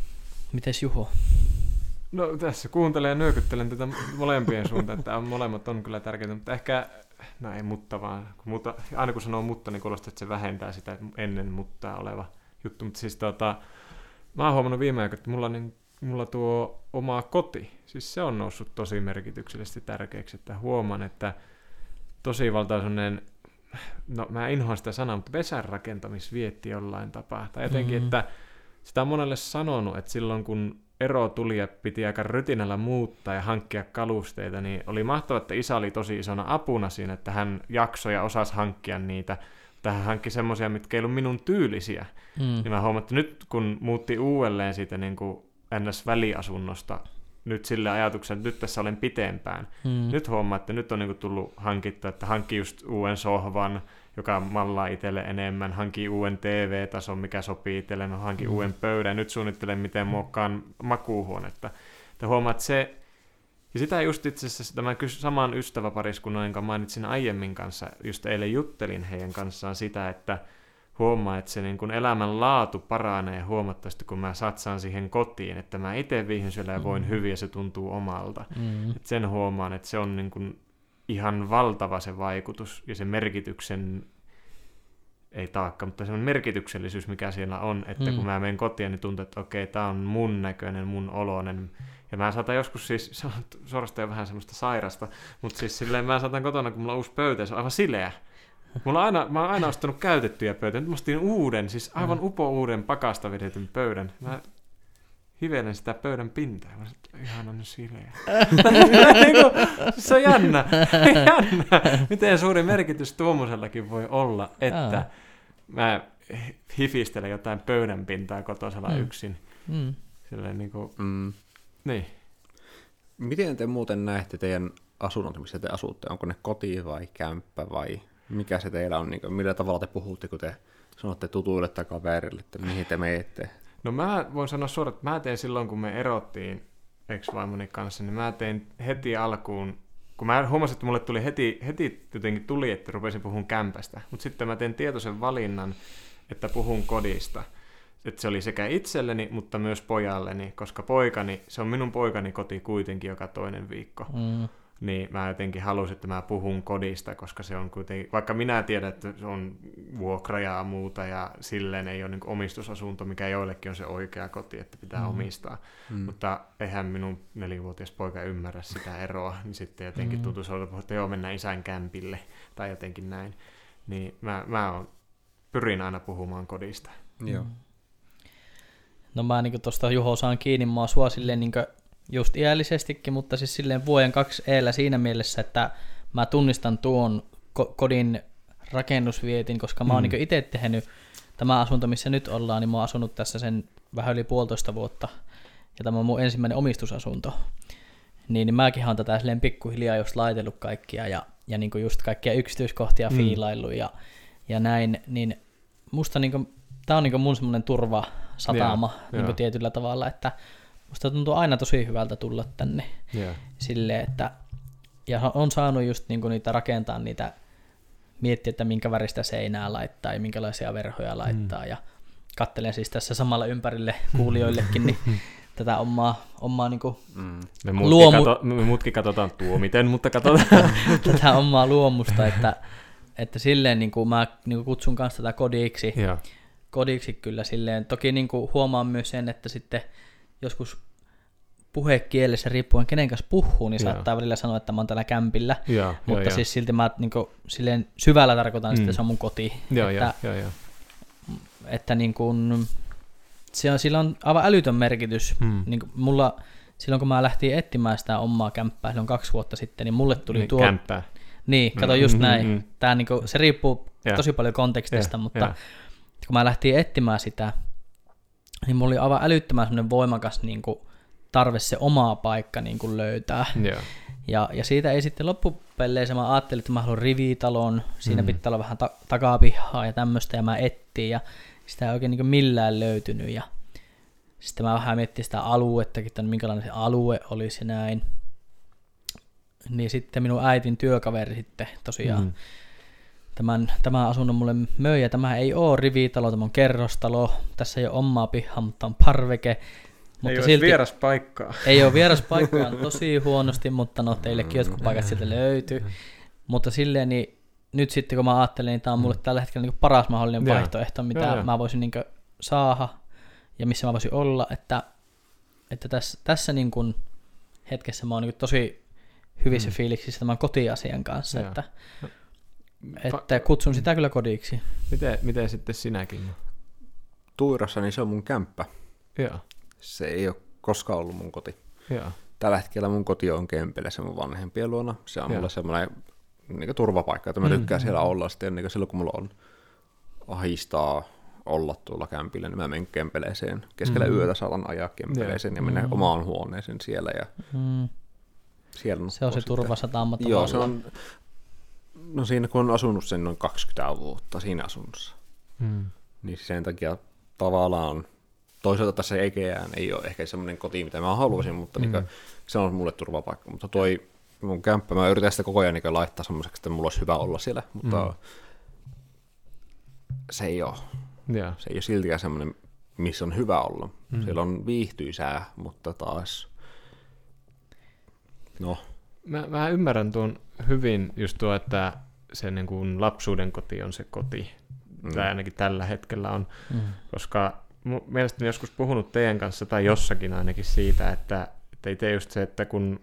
Mites Juho? No tässä kuuntelen ja nyökyttelen tätä molempien suuntaan, että molemmat on kyllä tärkeitä, mutta ehkä, no ei mutta vaan, aina kun sanoo mutta, niin kuulostaa, että se vähentää sitä ennen muttaa oleva juttu, mutta siis mä oon huomannut viime aikoina, että mulla tuo oma koti, siis se on noussut tosi merkityksellisesti tärkeäksi, että huomaan, että tosi valtaisuuden, no mä inhoan sitä sanaa, mutta pesän rakentamisvietti jollain tapaa, tai jotenkin, että sitä on monelle sanonut, että silloin kun ero tuli ja piti aika rytinällä muuttaa ja hankkia kalusteita, niin oli mahtavaa, että isä oli tosi isona apuna siinä, että hän jaksoi ja osasi hankkia niitä. Hän hankki semmoisia, mitkä ei ollut minun tyylisiä. Niin mä huomaan, että nyt kun muutti uudelleen siitä niin kuin NS-väliasunnosta, nyt sille ajatukselle, että nyt tässä olen pitempään. Nyt huomaa, että nyt on niin kuin tullut hankittua, että hankki just uuden sohvan, joka mallaa itselle enemmän, hanki uuden TV-tason, mikä sopii itselle, hanki uuden pöydän, nyt suunnittelen, miten muokkaan makuuhuonetta. Että huomaat se, ja sitä just itse asiassa tämän saman ystäväpariskunnan, jonka mainitsin aiemmin kanssa, just eilen juttelin heidän kanssaan sitä, että huomaa, että se niin kun elämän laatu paranee huomattavasti, kun mä satsaan siihen kotiin, että mä itse viihdyn siellä ja voin hyvin ja se tuntuu omalta. Et sen huomaan, että se on niin kun ihan valtava se vaikutus ja se merkityksen, ei taakka, mutta se merkityksellisyys, mikä siellä on, että kun mä menen kotiin, niin tuntuu, että okei, tää on mun näköinen, mun oloinen. Ja mä saatan joskus siis, se on suorastaan jo vähän semmoista sairasta, mutta siis silleen mä saatan kotona, kun mulla on uusi pöytä, se on aivan sileä. Mä oon aina ostanut käytettyjä pöytä, nyt mä ostin uuden, siis aivan uuden pakasta vedetyn pöydän. Mä hivelen sitä pöydän pintaa. Mä sanoin, ihana nyt sileä. Se on jännä. Miten suuri merkitys tuommoisellakin voi olla, että mä hifistelen jotain pöydän pintaa kotosalla yksin. Silleen niin. Miten te muuten näette teidän asunnot, missä te asutte? Onko ne koti vai kämppä vai mikä se teillä on? Millä tavalla te puhutte, kun te sanotte tutuille tai kaverille, että mihin te menette? No mä voin sanoa suoraan, että mä tein silloin, kun me erottiin ex-vaimoni kanssa, niin mä tein heti alkuun, kun mä huomasin, että mulle tuli heti jotenkin tuli, että rupesin puhumaan kämpästä, mutta sitten mä tein tietoisen valinnan, että puhun kodista. Että se oli sekä itselleni, mutta myös pojalleni, koska se on minun poikani koti kuitenkin joka toinen viikko. Niin mä jotenkin halusin, että mä puhun kodista, koska se on kuitenkin, vaikka minä tiedän, että se on vuokra ja muuta ja silleen ei ole niin kuin omistusasunto, mikä joillekin on se oikea koti, että pitää omistaa. Mutta eihän minun 4-vuotias poika ymmärrä sitä eroa, niin sitten jotenkin tuntuu solta, että joo, mennään isän kämpille tai jotenkin näin. Niin mä pyrin aina puhumaan kodista. Joo. No mä niin tuosta Juho saan kiinni, mä oon sua silleen niin just iällisestikin, mutta siis silleen vuoden 2 eellä siinä mielessä, että mä tunnistan tuon kodin rakennusvietin, koska mä oon niin itse tehnyt tämä asunto, missä nyt ollaan, niin mä oon asunut tässä sen vähän yli 1,5 vuotta, ja tämä on mun ensimmäinen omistusasunto. Niin mäkin oon tätä silleen pikkuhiljaa just laitellut kaikkia, ja niin just kaikkia yksityiskohtia fiilaillut, ja näin, niin musta niin tää on niin mun semmoinen turvasatama niin tietyllä tavalla, että musta tuntuu aina tosi hyvältä tulla tänne silleen, että ja on saanut just niinku niitä rakentaa niitä, miettiä, että minkä väristä seinää laittaa ja minkälaisia verhoja laittaa ja katselen siis tässä samalla ympärille kuulijoillekin niin tätä omaa niinku me muutkin katsotaan tuomiten, mutta katsotaan tätä omaa luomusta, että silleen niinku mä niinku kutsun kanssa tätä kodiksi kyllä silleen. Toki niinku huomaan myös sen, että sitten joskus puhekielessä riippuen kenen kanssa puhuu, niin saattaa välillä sanoa, että mä oon täällä kämpillä, mutta siis silti mä niinku silleen syvällä tarkoitan, että se on mun koti. Että niinku, sillä on aivan älytön merkitys. Niinku mulla, silloin kun mä lähtiin etsimään sitä omaa kämppää silloin 2 vuotta sitten, niin mulle tuli tuo... Kämppää. Niin, kato just näin. Tää niinku, se riippuu tosi paljon kontekstista, mutta kun mä lähtiin etsimään sitä, niin mulla oli aivan älyttömän semmoinen voimakas niinku tarve se omaa paikka niin kuin löytää. Ja siitä ei sitten loppupelleissä, mä ajattelin, että mä haluan rivitalon, siinä pitää olla vähän takapihaa ja tämmöistä, ja mä etsin, ja sitä ei oikein niin kuin millään löytynyt, ja sitten mä vähän miettin sitä aluettakin, että minkälainen se alue olisi näin. Niin sitten minun äitin työkaveri sitten tosiaan tämän asunnon mulle möi, ja tämä ei ole rivitalo, tämä on kerrostalo, tässä ei ole omaa pihaa, mutta on parveke, Mutta ei ole vieras paikkaa. Ei ole vieras paikkaa tosi huonosti, mutta no teillekin jotkut paikat sieltä löytyy. Mutta silleen niin nyt sitten kun mä ajattelen, niin tämä on mulle tällä hetkellä niin paras mahdollinen vaihtoehto, mitä mä voisin niin saada ja missä mä voisin olla, että tässä niin kuin hetkessä mä oon niin tosi hyvissä fiiliksissä tämän kotiasian kanssa, että kutsun sitä kyllä kodiksi. Miten sitten sinäkin? Tuirassa niin se on mun kämppä. Joo. Se ei ole koskaan ollut mun koti. Joo. Tällä hetkellä mun koti on Kempeleessä mun vanhempien luona. Se on mulle semmoinen niin turvapaikka, että mä tykkään siellä olla. Sitten niin silloin kun mulla on ahistaa olla tuolla kämpillä, niin mä menen Kempeleeseen. Keskellä yötä saatan ajaa Kempeleeseen ja mennä omaan huoneeseen siellä. Ja siellä se on se turvasatama tavallaan. Joo, se on, no siinä kun on asunut sen noin 20 vuotta siinä asunnossa, niin sen takia tavallaan toisaalta tässä ei ole ehkä semmoinen koti, mitä mä haluaisin, mutta niin se on mulle turvapaikka. Mutta toi mun kämppä, mä yritän sitä koko ajan niin laittaa semmoiseksi, että mulla olisi hyvä olla siellä, mutta se ei ole. Yeah. Se ei ole siltikään semmoinen, missä on hyvä olla. Siellä on viihtyisää, mutta taas no. Mä ymmärrän tuon hyvin just tuo, että se niin kuin lapsuuden koti on se koti. Tai ainakin tällä hetkellä on, koska mielestäni joskus puhunut teidän kanssa tai jossakin ainakin siitä, että ei tee just se, että kun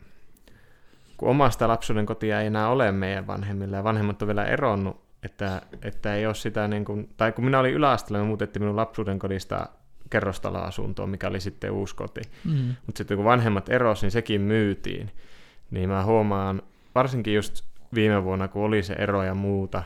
omasta lapsuuden kotia ei enää ole meidän vanhemmilla ja vanhemmat on vielä eronnut, että ei ole sitä niin kuin, tai kun minä olin yläasteella, me muutettiin minun lapsuuden kodista kerrostaloasuntoon, mikä oli sitten uusi koti. Mutta sitten kun vanhemmat erosi, niin sekin myytiin. Niin mä huomaan, varsinkin just viime vuonna, kun oli se ero ja muuta,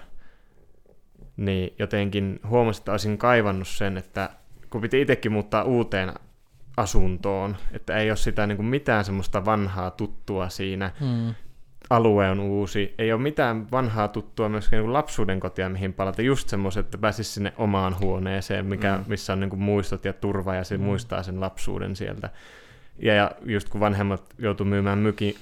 niin jotenkin huomasin, että olisin kaivannut sen, että kun piti itsekin muuttaa uuteen asuntoon, että ei ole sitä niin kuin mitään semmoista vanhaa tuttua siinä, alue on uusi, ei ole mitään vanhaa tuttua myöskään niin kuin lapsuuden kotia, mihin palata, just semmoiset, että pääsisi sinne omaan huoneeseen, missä on niin kuin muistot ja turva, ja se muistaa sen lapsuuden sieltä. Ja just kun vanhemmat joutui myymään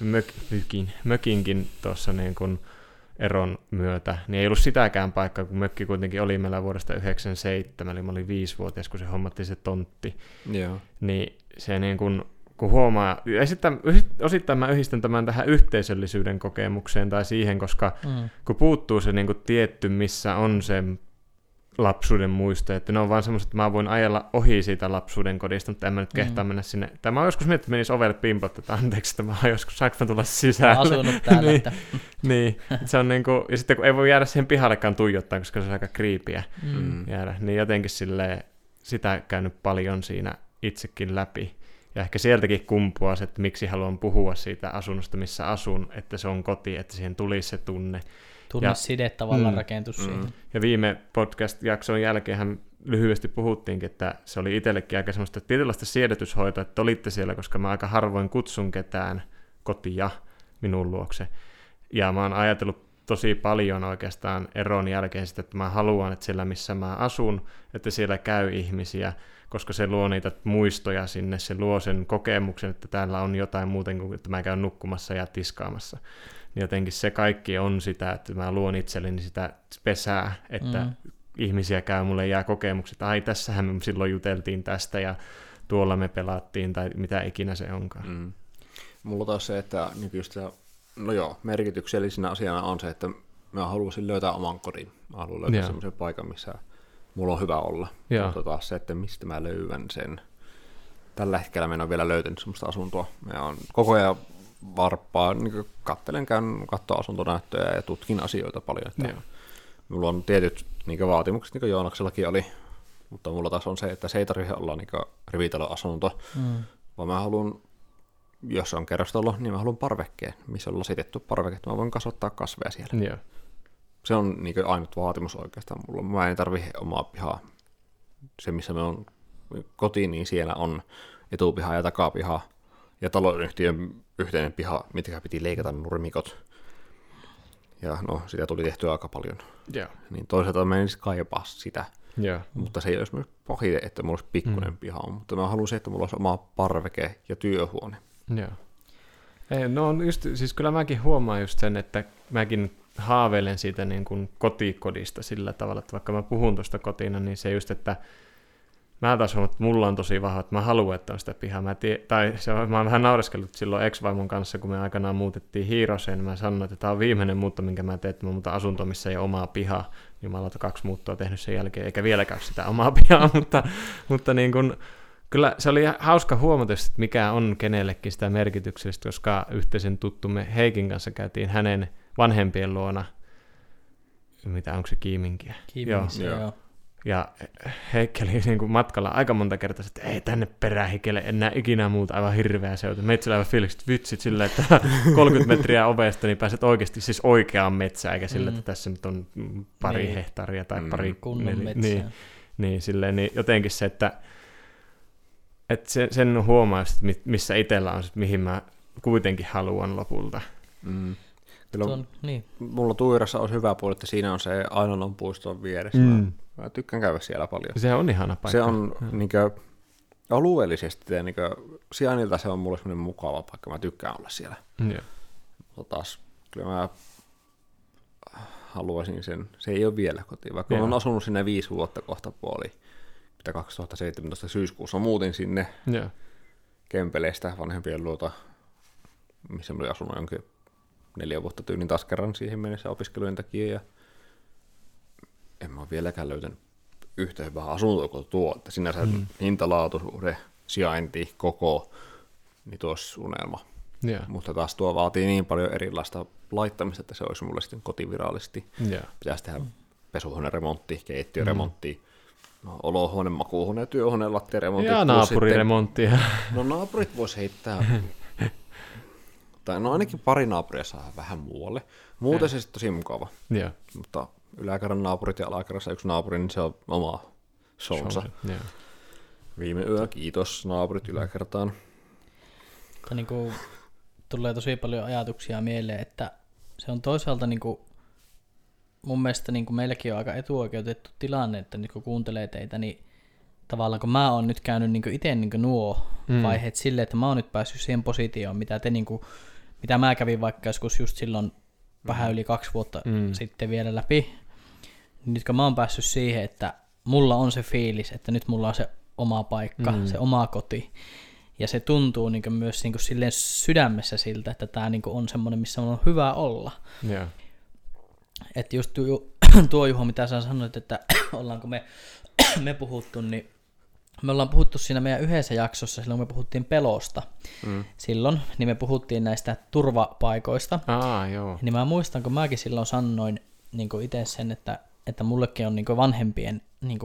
mökinkin tuossa niin kuin eron myötä, niin ei ollut sitäkään paikkaa, kun mökki kuitenkin oli meillä vuodesta 1997, eli mä olin 5-vuotias, kun se hommattiin se tontti. Joo. Niin se niin kun huomaa, osittain mä yhdistän tämän tähän yhteisöllisyyden kokemukseen tai siihen, koska kun puuttuu se niin kun tietty, missä on se lapsuuden muisto, että ne on vaan semmoiset, että mä voin ajella ohi siitä lapsuuden kodista, mutta en mä nyt kehtaa mennä sinne. Tai mä oon joskus miettinyt, että menisi ovelle pimpottaa, että anteeksi, että mä oon joskus, saanko mä tulla sisään? Mä oon asunut täällä. niin, se on niinku, ja sitten kun ei voi jäädä siihen pihallekaan tuijottaa, koska se on aika kriipiä jäädä, niin jotenkin silleen sitä käynyt paljon siinä itsekin läpi. Ja ehkä sieltäkin kumpuaa se, että miksi haluan puhua siitä asunnosta, missä asun, että se on koti, että siihen tulisi se tunne. Tunneside tavallaan rakentus siihen. Ja viime podcast-jakson jälkeenhän lyhyesti puhuttiinkin, että se oli itsellekin aika semmoista tietynlaista siedätyshoitoa, että olitte siellä, koska mä aika harvoin kutsun ketään kotia minun luokse. Ja mä oon ajatellut tosi paljon oikeastaan eron jälkeen sitä, että mä haluan, että siellä missä mä asun, että siellä käy ihmisiä, koska se luo niitä muistoja sinne, se luo sen kokemuksen, että täällä on jotain muuten kuin, että mä käyn nukkumassa ja tiskaamassa. Niin jotenkin se kaikki on sitä, että mä luon itselleni sitä pesää, että ihmisiä käy, mulle jää kokemukset, että ai tässähän me silloin juteltiin tästä ja tuolla me pelattiin tai mitä ikinä se onkaan. Mulla taas se, että nykyistä, no joo, merkityksellisenä asiana on se, että mä haluaisin löytää oman kodin. Mä haluan löytää semmoisen paikan, missä mulla on hyvä olla. Mutta taas se, että mistä mä löydän sen. Tällä hetkellä mä en ole vielä löytänyt semmoista asuntoa. Mä oon koko ajan varppaa, niin käyn katsoa asuntonäyttöjä ja tutkin asioita paljon. Että mulla on tietyt niin vaatimukset, niin kuin Joonaksellakin oli, mutta mulla taas on se, että se ei tarvitse olla niin rivitaloasunto, vaan mä haluan, jos on kerrostalo, niin mä haluan parvekkeen, missä on lasitettu parveke, että mä voin kasvattaa kasveja siellä. Yeah. Se on niin ainut vaatimus oikeastaan mulla. Mä en tarvitse omaa pihaa. Se, missä me on kotiin, niin siellä on etupiha ja takapiha ja taloyhtiön yhteinen piha, mitkä piti leikata nurmikot. Ja no, sitä tuli tehtyä aika paljon. Yeah. Niin toisaalta mä en kaipaa sitä. Yeah. Mutta se ei olisi myös pahite, että mulla olisi pikkuinen piha. Mutta mä haluaisin, että mulla olisi oma parveke ja työhuone. Yeah. No just, siis kyllä mäkin huomaan just sen, että mäkin haaveilen siitä niin kuin kotikodista sillä tavalla, että vaikka mä puhun tuosta kotina, niin se just, että mä taas huomaan, että mulla on tosi vahva, että mä haluan, että on sitä pihaa. Mä oon vähän naureskellut silloin ex-vaimon kanssa, kun me aikanaan muutettiin Hiiroseen, niin mä sanoin, että tämä on viimeinen muutto, minkä mä teen, että mä muutan asuntoon, missä ei ole omaa pihaa. Jumalauta 2 muuttoa tehnyt sen jälkeen, eikä vieläkään sitä omaa pihaa, mutta niin kun, kyllä se oli hauska huomata, että mikä on kenellekin sitä merkityksellistä, koska yhteisen tuttumme Heikin kanssa käytiin hänen vanhempien luona, onko se Kiiminkiä? Joo. Ja Heikki oli niin kuin matkalla aika monta kertaa, että ei tänne Perähikelle enää ikinä muuta, aivan hirveä seutu. Meitsillä aivan fiilikset vitsit sillä, että 30 metriä ovesta, niin pääset oikeasti siis oikeaan metsään, eikä sillä, että tässä nyt on pari hehtaaria tai pari kunnon metsää. Niin, silleen, niin jotenkin se, että sen huomaa, missä itsellä on, mihin mä kuitenkin haluan lopulta. Niin. Mulla Tuirassa on hyvä puoli, että siinä on se Ainolan puiston vieressä. Mä tykkään käydä siellä paljon. Se on ihana paikka. Se on niinkö, alueellisesti ja niinkö, sijainnilta se on mulle semmoinen mukava paikka. Mä tykkään olla siellä. Mutta taas kyllä mä haluaisin sen. Se ei ole vielä kotiin. Vaikka mä oon asunut sinne 5 vuotta kohta puoli. 2017 syyskuussa muutin sinne Kempeleestä vanhempien luota, missä mä olin asunut jonkin 4 vuotta tyynin taas kerran siihen mennessä opiskelujen takia, ja en mä ole vieläkään löytänyt yhtä hyvää asuntoa kuin tuo, että sinänsä hintalaatuisuuden, sijainti, koko, niin tuo olisi unelma. Mutta taas tuo vaatii niin paljon erilaista laittamista, että se olisi mulle sitten kotivirallisesti. Pitäisi tehdä pesuhuoneremontti, keittiöremontti, olohuone, makuuhuone, työhuone, lattiaremontti. Ja naapuriremonttia. No naapurit vois heittää. Tai no ainakin pari naapuria saa vähän muualle. Muuten se sitten tosi mukava. Mutta yläkerran naapurit ja alakerrassa yksi naapuri, niin se on oma show'nsa. Viime yö, kiitos naapurit yläkertaan. Niin kuin, tulee tosi paljon ajatuksia mieleen, että se on toisaalta niin kuin, mun mielestä niin kuin meilläkin on aika etuoikeutettu tilanne, että nyt kun kuuntelee teitä, niin tavallaan kun mä oon nyt käynyt niin itse niin nuo vaiheet silleen, että mä oon nyt päässyt siihen positioon, mitä mä kävin vaikka joskus just silloin vähän yli 2 vuotta sitten vielä läpi. Niin nyt kun mä oon päässyt siihen, että mulla on se fiilis, että nyt mulla on se oma paikka, se oma koti. Ja se tuntuu niin myös niin silleen sydämessä siltä, että tää niin on semmoinen, missä on hyvä olla. Että just tuo Juho, mitä sä sanoit, että ollaanko me puhuttu, niin me ollaan puhuttu siinä meidän yhdessä jaksossa, silloin me puhuttiin pelosta. Silloin, niin me puhuttiin näistä turvapaikoista. Joo. Niin mä muistan, kun mäkin silloin sanoin niin itse sen, että mullekin on niin vanhempien niin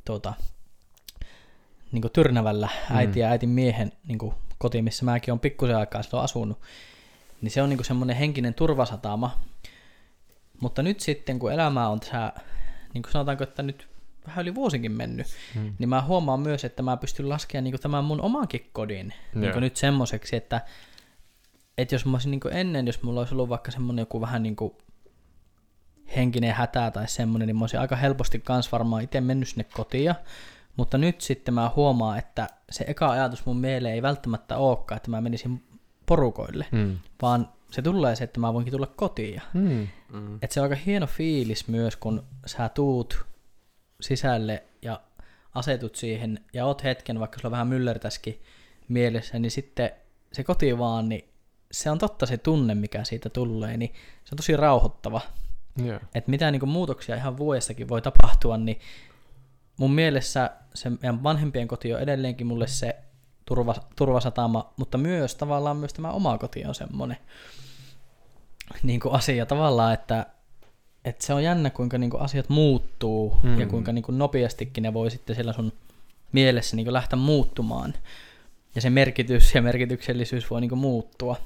Tyrnävällä äiti ja äitin miehen niin koti, missä mäkin olen pikkusen aikaa silloin asunut. Niin se on niin semmoinen henkinen turvasatama. Mutta nyt sitten, kun elämä on tässä, niin kuin sanotaanko, että nyt vähän yli vuosinkin mennyt, niin mä huomaan myös, että mä pystyn laskemaan niin tämän mun omankin kodin niin nyt semmoiseksi, että jos mä olisin niin ennen, jos mulla olisi ollut vaikka semmoinen joku vähän niin kuin henkinen hätä tai semmoinen, niin mä olisin aika helposti kans varmaan itse mennyt sinne kotiin. Mutta nyt sitten mä huomaan, että se eka ajatus mun mieleen ei välttämättä olekaan, että mä menisin porukoille, vaan se tulee se, että mä voinkin tulla kotiin. Että se on aika hieno fiilis myös, kun sä tuut sisälle ja asetut siihen ja oot hetken, vaikka sulla vähän myllertäisikin mielessä, niin sitten se koti vaan, niin se on totta se tunne, mikä siitä tulee, niin se on tosi rauhoittava. Että mitä niin kuin muutoksia ihan vuodessakin voi tapahtua, niin mun mielessä se meidän vanhempien koti on edelleenkin mulle se turvasatama, mutta myös tavallaan myös tämä oma koti on semmoinen niin kuin asia tavallaan, että se on jännä, kuinka niin kuin asiat muuttuu ja kuinka niin kuin nopeastikin ne voi sitten siellä sun mielessä niin kuin lähteä muuttumaan. Ja se merkitys ja merkityksellisyys voi niin kuin muuttua.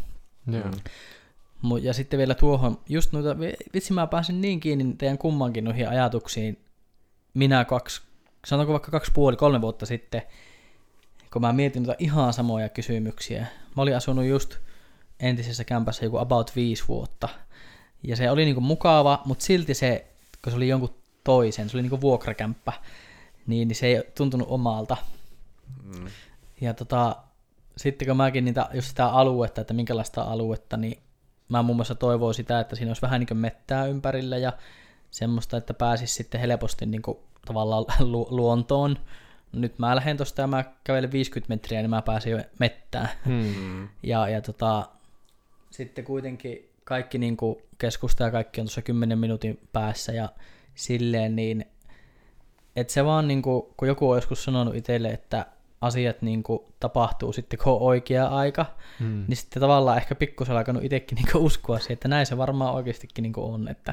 Ja sitten vielä tuohon, just noita, vitsi mä pääsin niin kiinni teidän kummankin noihin ajatuksiin, sanotaanko vaikka 2,5-3 vuotta sitten, kun mä mietin noita ihan samoja kysymyksiä. Mä olin asunut just entisessä kämpässä joku about 5 vuotta. Ja se oli niinku mukava, mutta silti se, kun se oli jonkun toisen, se oli niinku vuokrakämppä, niin se ei tuntunut omalta. Ja sitten kun mäkin just sitä aluetta, että minkälaista aluetta, niin mä muun muassa toivoin sitä, että siinä olisi vähän niin kuin mettää ympärillä ja semmoista, että pääsisi sitten helposti niin kuin tavallaan luontoon, nyt mä lähden tosta ja mä kävelen 50 metriä, niin mä pääsen jo mettään. Ja sitten kuitenkin kaikki niinku keskusta ja kaikki on tuossa 10 minuutin päässä ja silleen niin, että se vaan niinku, kun joku on joskus sanonut itselle, että asiat niinku tapahtuu sitten, kun on oikea aika, niin sitten tavallaan ehkä pikkusen alkanut itsekin niinku uskoa siihen, että näin se varmaan oikeastikin niinku on, että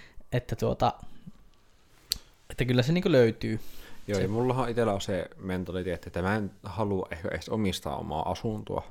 kyllä se niinku löytyy. Joo, ja mullahan itsellä on se mentaliteetti, että mä en halua ehkä edes omistaa omaa asuntoa,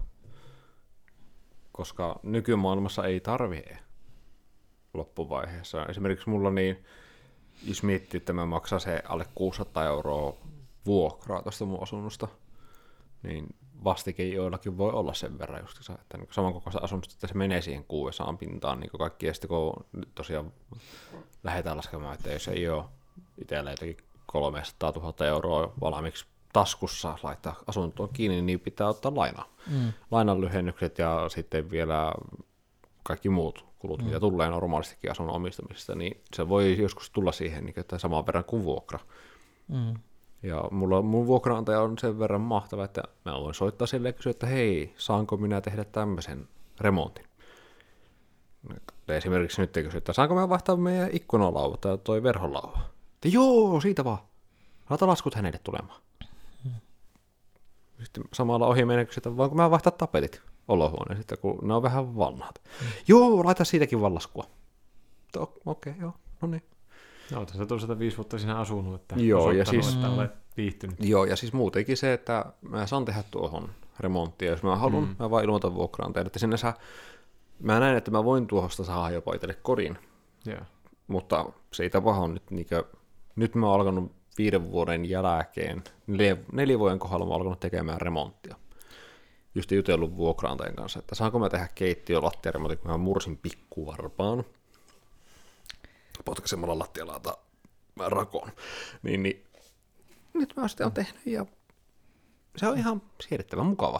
koska nykymaailmassa ei tarvitse loppuvaiheessa. Esimerkiksi mulla niin, jos miettii, että mä maksan se alle 600 € vuokraa tuosta mun asunnosta, niin vastike joillakin voi olla sen verran just, että niin samankokoista asunnosta, että se menee siihen 600 pintaan niin kaikki, ja sitten kun tosiaan lähdetään laskemaan, että jos ei ole itsellä jotenkin 300 000 € valmiiksi taskussa laittaa asuntoon kiinni, niin pitää ottaa lainaa. Lainan lyhennykset ja sitten vielä kaikki muut kulut, mitä tulee normaalistikin asunnon omistamisesta, niin se voi joskus tulla siihen niin, että saman verran kuin vuokra. Ja mun vuokraantaja on sen verran mahtava, että mä voin soittaa sille ja kysyä, että hei, saanko minä tehdä tämmöisen remontin? Esimerkiksi nyt kysyä, että saanko mä vaihtaa meidän ikkunalauva tai toi verholauva? Että joo, siitä vaan. Laita laskut hänelle tulemaan. Sitten samalla ohi menen kysyä, että voinko mä vaihtaa tapetit olohuoneen sitten, kun ne on vähän vanhat. Joo, laita siitäkin vaan laskua. Okei, joo, no niin. No, tässä on 105 vuotta sinä asunut, että joo, ja siis, että olet viihtynyt. Joo, ja siis muutenkin se, että mä saan tehdä tuohon remonttia, jos mä haluan, mä vaan ilmoitan vuokraantajalle, että sinne mä näen, että mä voin tuohosta saada jopa itselle kodin, mutta se ei tapahdu nyt, nyt mä oon alkanut 5 vuoden jälkeen, 4 vuoden kohdalla mä oon alkanut tekemään remonttia. Just jutellut vuokraantajan kanssa, että saanko mä tehdä keittiölattiaremontin, kun mä mursin pikkuvarpaan. Potkaisemalla lattialaata mä rakoon. Niin, nyt mä sitten on tehnyt ja se on ihan siedettävän mukava.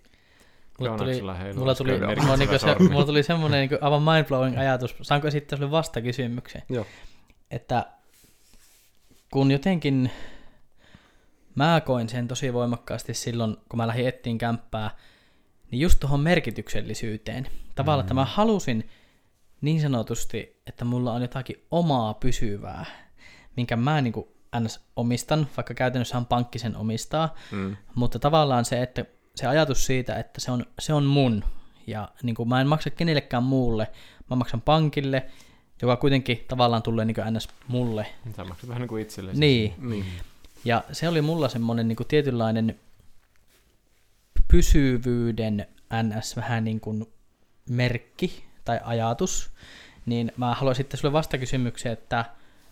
Mulla tuli semmoinen niin aivan mindblowing ajatus. Saanko esittää sulle vastakysymyksen? Joo. Että kun jotenkin mä koin sen tosi voimakkaasti silloin, kun mä lähdin etsiin kämppää, niin just tuohon merkityksellisyyteen. Tavallaan, että mä halusin niin sanotusti, että mulla on jotakin omaa pysyvää, minkä mä niin kuin ns. Omistan, vaikka käytännössä pankki sen omistaa, mutta tavallaan se, että se ajatus siitä, että se on mun, ja niin kuin mä en maksa kenellekään muulle, mä maksan pankille, joka kuitenkin tavallaan tulee niin kuin ns. Mulle. Sä maksat vähän niin kuin itsellesi. Niin. Ja se oli mulla semmoinen niin kuin tietynlainen pysyvyyden ns. Vähän niin kuin merkki tai ajatus, niin mä haluan sitten sulle vastakysymykseen, että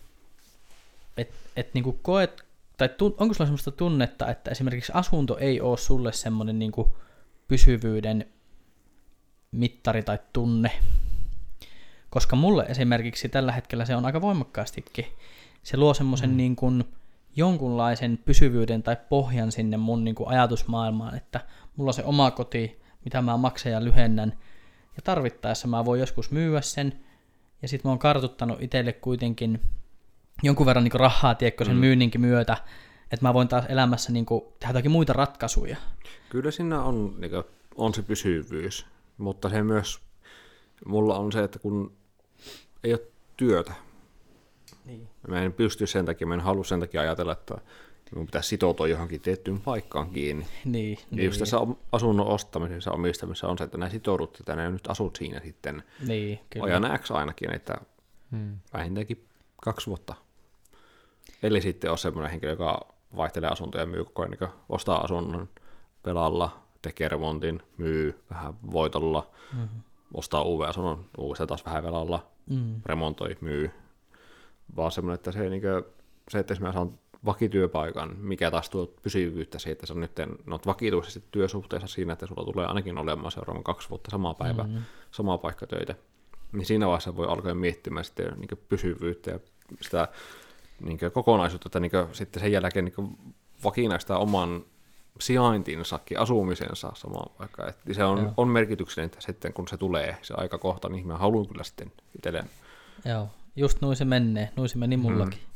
niin kuin koet, tai onko sulla semmoista tunnetta, että esimerkiksi asunto ei ole sulle semmoinen niin kuin pysyvyyden mittari tai tunne, koska mulle esimerkiksi tällä hetkellä se on aika voimakkaastikin. Se luo semmoisen niin kuin jonkunlaisen pysyvyyden tai pohjan sinne mun niin kuin ajatusmaailmaan, että mulla on se oma koti, mitä mä maksan ja lyhennän, ja tarvittaessa mä voin joskus myyä sen, ja sit mä oon kartuttanut itselle kuitenkin jonkun verran niin kuin rahaa, tiedätkö, sen myynninkin myötä, että mä voin taas elämässä niin kuin tehdä jotakin muita ratkaisuja. Kyllä siinä on, niin kuin, on se pysyvyys, mutta se myös, mulla on se, että kun ei ole työtä, niin. Mä en pysty sen takia, mä en halua sen takia ajatella, että minun pitäisi sitoutua johonkin tiettyyn paikkaan kiinni. Niin. Just tässä asunnon ostamisessa ja omistamisessa on se, että nää sitoudut, että nää nyt asut siinä sitten ajan X ainakin, että vähintäänkin 2 vuotta. Eli sitten on semmoinen henkilö, joka vaihtelee asuntoja ja myy koko ajan, niin ostaa asunnon velalla, tekee remontin, myy vähän voitolla, ostaa uuden asunnon, uudestaan taas vähän velalla, remontoi, myy. Vaan semmoinen, että se että jos mä saan vakityöpaikan, mikä taas tuo pysyvyyttä siitä, että sä nyt oot vakituisesti työsuhteessa siinä, että sulla tulee ainakin olemaan seuraavan 2 vuotta samaa päivää, samaa paikkatöitä, niin siinä vaiheessa voi alkaa miettimään sitten niin pysyvyyttä ja sitä niin kokonaisuutta, että niin sitten sen jälkeen niin vakinaistaa oman sijaintinsakin, asumisensa samaan paikkaan. Että se on merkityksellinen, että sitten kun se tulee se aikakohta, niin mä haluan kyllä sitten itselleen. Joo, just noin se menee, noin se meni mullakin.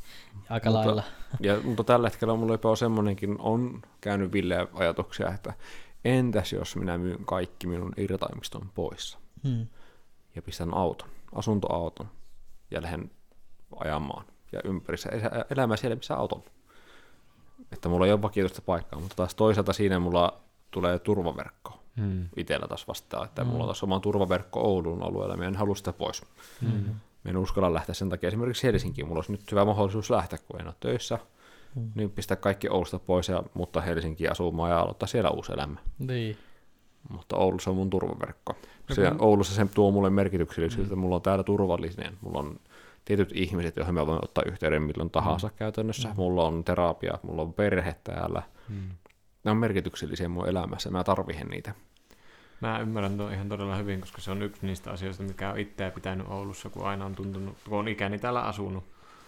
aika lailla. Mutta tällä hetkellä mulla jopa on semmoinenkin, on käynyt villeä ajatuksia, että entäs jos minä myyn kaikki minun irtaimiston pois ja pistän asuntoauton ja lähden ajamaan ja ympärissä elämään siellä, missä auton. Että mulla ei ole vakituista paikkaa, mutta taas toisaalta siinä mulla tulee turvaverkko. Itsellä taas vastaa, että mulla on taas oma turvaverkko Oulun alueella, minä en halua sitä pois. Mä en uskalla lähteä sen takia esimerkiksi Helsinkiin. Mulla olisi nyt hyvä mahdollisuus lähteä, kun en ole töissä, niin pistää kaikki Oulusta pois ja muuttaa Helsinkiin asumaan ja aloittaa siellä uusi elämä. Niin. Mutta Oulussa on mun turvaverkko. Oulussa se tuo mulle merkityksellisyyttä, että mulla on täällä turvallinen. Mulla on tietyt ihmiset, joihin mä voin ottaa yhteyden milloin tahansa käytännössä. Mulla on terapia, mulla on perhe täällä. Ne on merkityksellisiä mun elämässä, mä tarvitsen niitä. Mä ymmärrän tuon ihan todella hyvin, koska se on yksi niistä asioista, mikä on itseä pitänyt Oulussa, kun aina on tuntunut, kun on ikäni täällä asunut.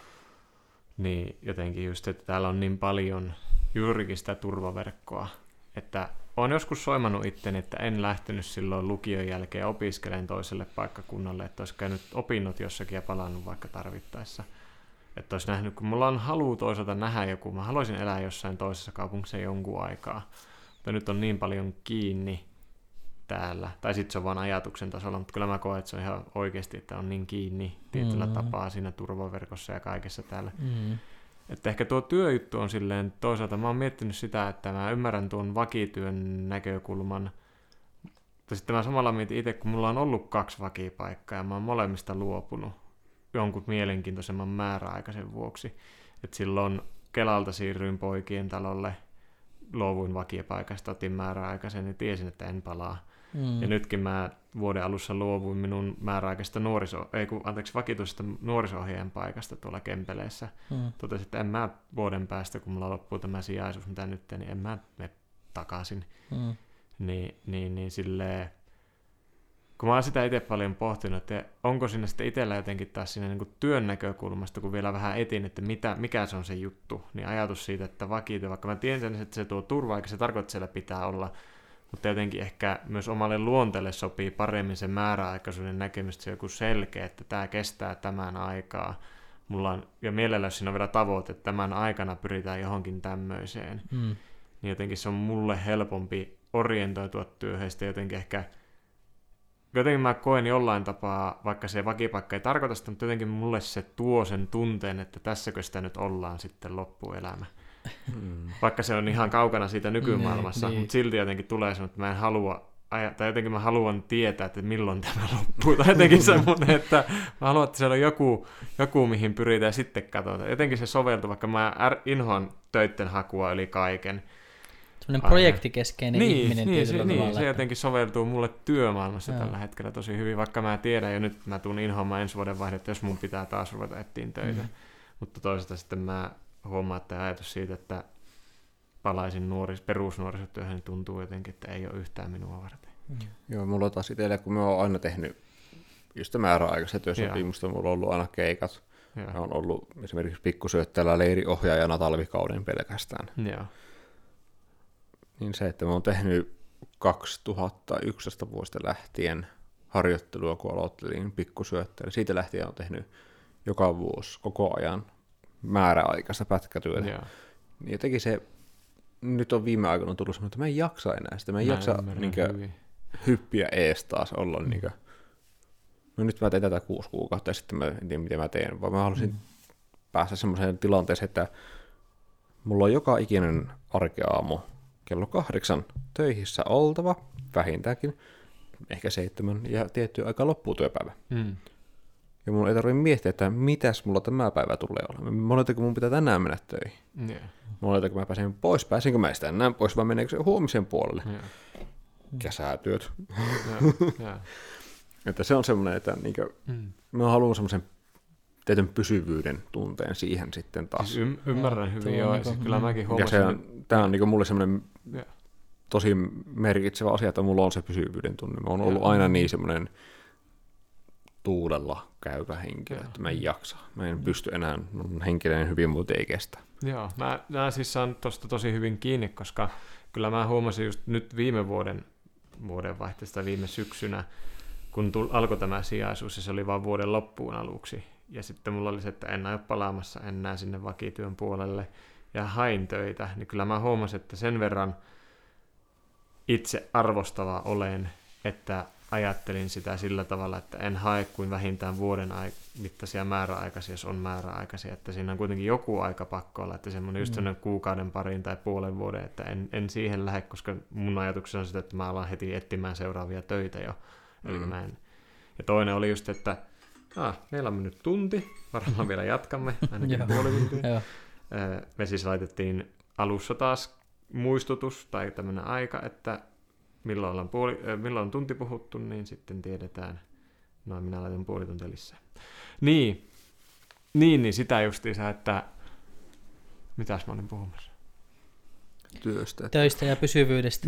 Niin jotenkin just, että täällä on niin paljon juurikin sitä turvaverkkoa, että olen joskus soimannut itteni, että en lähtenyt silloin lukion jälkeen opiskelemaan toiselle paikkakunnalle, että olisi käynyt opinnot jossakin ja palannut vaikka tarvittaessa. Että olisi nähnyt, kun mulla on halu toisaalta nähdä joku, mä haluaisin elää jossain toisessa kaupungissa jonkun aikaa, mutta nyt on niin paljon kiinni täällä, tai sitten se on vaan ajatuksen tasolla, mutta kyllä mä koen, että se on ihan oikeasti, että on niin kiinni tietyllä tapaa siinä turvaverkossa ja kaikessa täällä. Että ehkä tuo työjuttu on silleen, toisaalta mä oon miettinyt sitä, että mä ymmärrän tuon vakityön näkökulman, mutta sitten mä samalla mietin itse, kun mulla on ollut 2 vakipaikkaa ja mä oon molemmista luopunut jonkun mielenkiintoisemman määräaikaisen vuoksi. Että silloin Kelalta siirryin poikien talolle, luovuin vakiopaikasta, otin määräaikaisen ja tiesin, että en palaa. Ja nytkin mä vuoden alussa luovuin minun määräaikaisesta vakituisesta nuoriso-ohjaajan paikasta tuolla Kempeleessä. Totesin, että en mä vuoden päästä, kun mulla loppuu tämä sijaisuus, mitä nyt, niin en mä mene takaisin. Niin silleen, kun mä oon sitä itse paljon pohtinut, että onko siinä sitten itsellä jotenkin taas siinä niin kuin työn näkökulmasta, kun vielä vähän etin, että mikä se on se juttu, niin ajatus siitä, että vakiintuu, vaikka mä tiedän sen, että se tuo turvaa, eikä se tarkoita, että siellä pitää olla, mutta jotenkin ehkä myös omalle luonteelle sopii paremmin se määräaikaisuuden näkemys, se joku selkeä, että tämä kestää tämän aikaa. Mulla on, ja mielellä, jos siinä on vielä tavoite, että tämän aikana pyritään johonkin tämmöiseen, niin jotenkin se on mulle helpompi orientoitua työhön, ja jotenkin ehkä jotenkin mä koen jollain tapaa, vaikka se vakipaikka ei tarkoita sitä, mutta jotenkin mulle se tuo sen tunteen, että tässäkö sitä nyt ollaan sitten loppuelämä. Vaikka se on ihan kaukana siitä nykymaailmassa, mutta silti jotenkin tulee semmoinen, että mä en halua, tai jotenkin mä haluan tietää, että milloin tämä loppuu. Tai jotenkin semmoinen, että mä haluan, että siellä on joku mihin pyritään sitten katsotaan. Jotenkin se soveltuu, vaikka mä inhoan töitten hakua yli kaiken. Sellainen projektikeskeinen ihminen tietyllä tavalla. Se jotenkin soveltuu mulle työmaailmassa tällä hetkellä tosi hyvin, vaikka mä tiedän jo nyt, mä tuun inhoamaan ensi vuoden vaihdetta, jos mun pitää taas ruveta etsiä töitä. Mutta toisaalta sitten mä huomaan, että ajatus siitä, että palaisin perusnuorisotyöhön, niin tuntuu jotenkin, että ei ole yhtään minua varten. Joo, mulla on taas itsellä, kun mä oon aina tehnyt just määräaikaisia työsopimusta, mulla on ollut aina keikat. Mä oon ollut esimerkiksi pikkusyöttäjällä leiriohjaajana talvikauden pelkästään. Joo. Niin se, että mä oon tehnyt 2011 vuodesta lähtien harjoittelua, kun aloittelin pikkusyöttäjällä. Siitä lähtien on tehnyt joka vuosi koko ajan määräaikaista pätkätyötä. Niin jotenkin se, nyt on viime aikoina tullut semmoinen, että mä en jaksa enää sitä. Mä en jaksa hyppiä ees taas olla. No nyt mä teen tätä 6 kuukautta ja sitten mä en tiedä, miten mä teen. Vaan mä haluaisin päästä semmoiseen tilanteeseen, että mulla on joka ikinen arkeaamu kello 8 töihissä oltava, vähintäänkin, ehkä 7, ja tietty aika loppuu työpäivä. Ja mun ei tarvitse miettiä, että mitäs mulla tämä päivä tulee olemaan. Monetako mun pitää tänään mennä töihin. Monetako mä pääsen pois, pääsinkö mä sitä tänään pois, vai meneekö se huomisen puolelle. Kesätyöt. Että se on semmoinen, että mä haluan semmoisen tietyn pysyvyyden tunteen siihen sitten taas. Siis ymmärrän hyvin, joo. Kyllä mäkin huomasin. Ja tämä on mulle semmoinen tosi merkitsevä asia, että mulla on se pysyvyyden tunne. Mä oon ollut aina niin semmoinen tuulella käyvä henkilö, että mä en jaksa. Mä en pysty enää, mun henkilöinen hyvinvointi ei kestä. Joo, mä siis saan tuosta tosi hyvin kiinni, koska kyllä mä huomasin just nyt viime vuodenvaihteesta viime syksynä, kun alkoi tämä sijaisuus, ja se oli vaan vuoden loppuun aluksi. ja sitten mulla oli se, että en aio palaamassa enää sinne vakityön puolelle, ja hain töitä, niin kyllä mä huomasin, että sen verran itse arvostava olen, että ajattelin sitä sillä tavalla, että en hae kuin vähintään vuoden mittaisia määräaikaisia, jos on määräaikaisia, että siinä on kuitenkin joku aika pakko olla, että semmoinen just sellainen kuukauden, parin tai puolen vuoden, että en siihen lähde, koska mun ajatuksena on sitä, että mä alan heti etsimään seuraavia töitä jo. Eli mä en. Ja toinen oli just, että meillä on mennyt tunti, varmaan vielä jatkamme, ainakin puoli tuntia. Me siis laitettiin alussa taas muistutus tai tämmöinen aika, että milloin on tunti puhuttu, niin sitten tiedetään. No, minä laitan puoli tuntia lisää. Niin, sitä justiinsa, että mitäs mä olin puhumassa? Työstä. Töistä ja pysyvyydestä.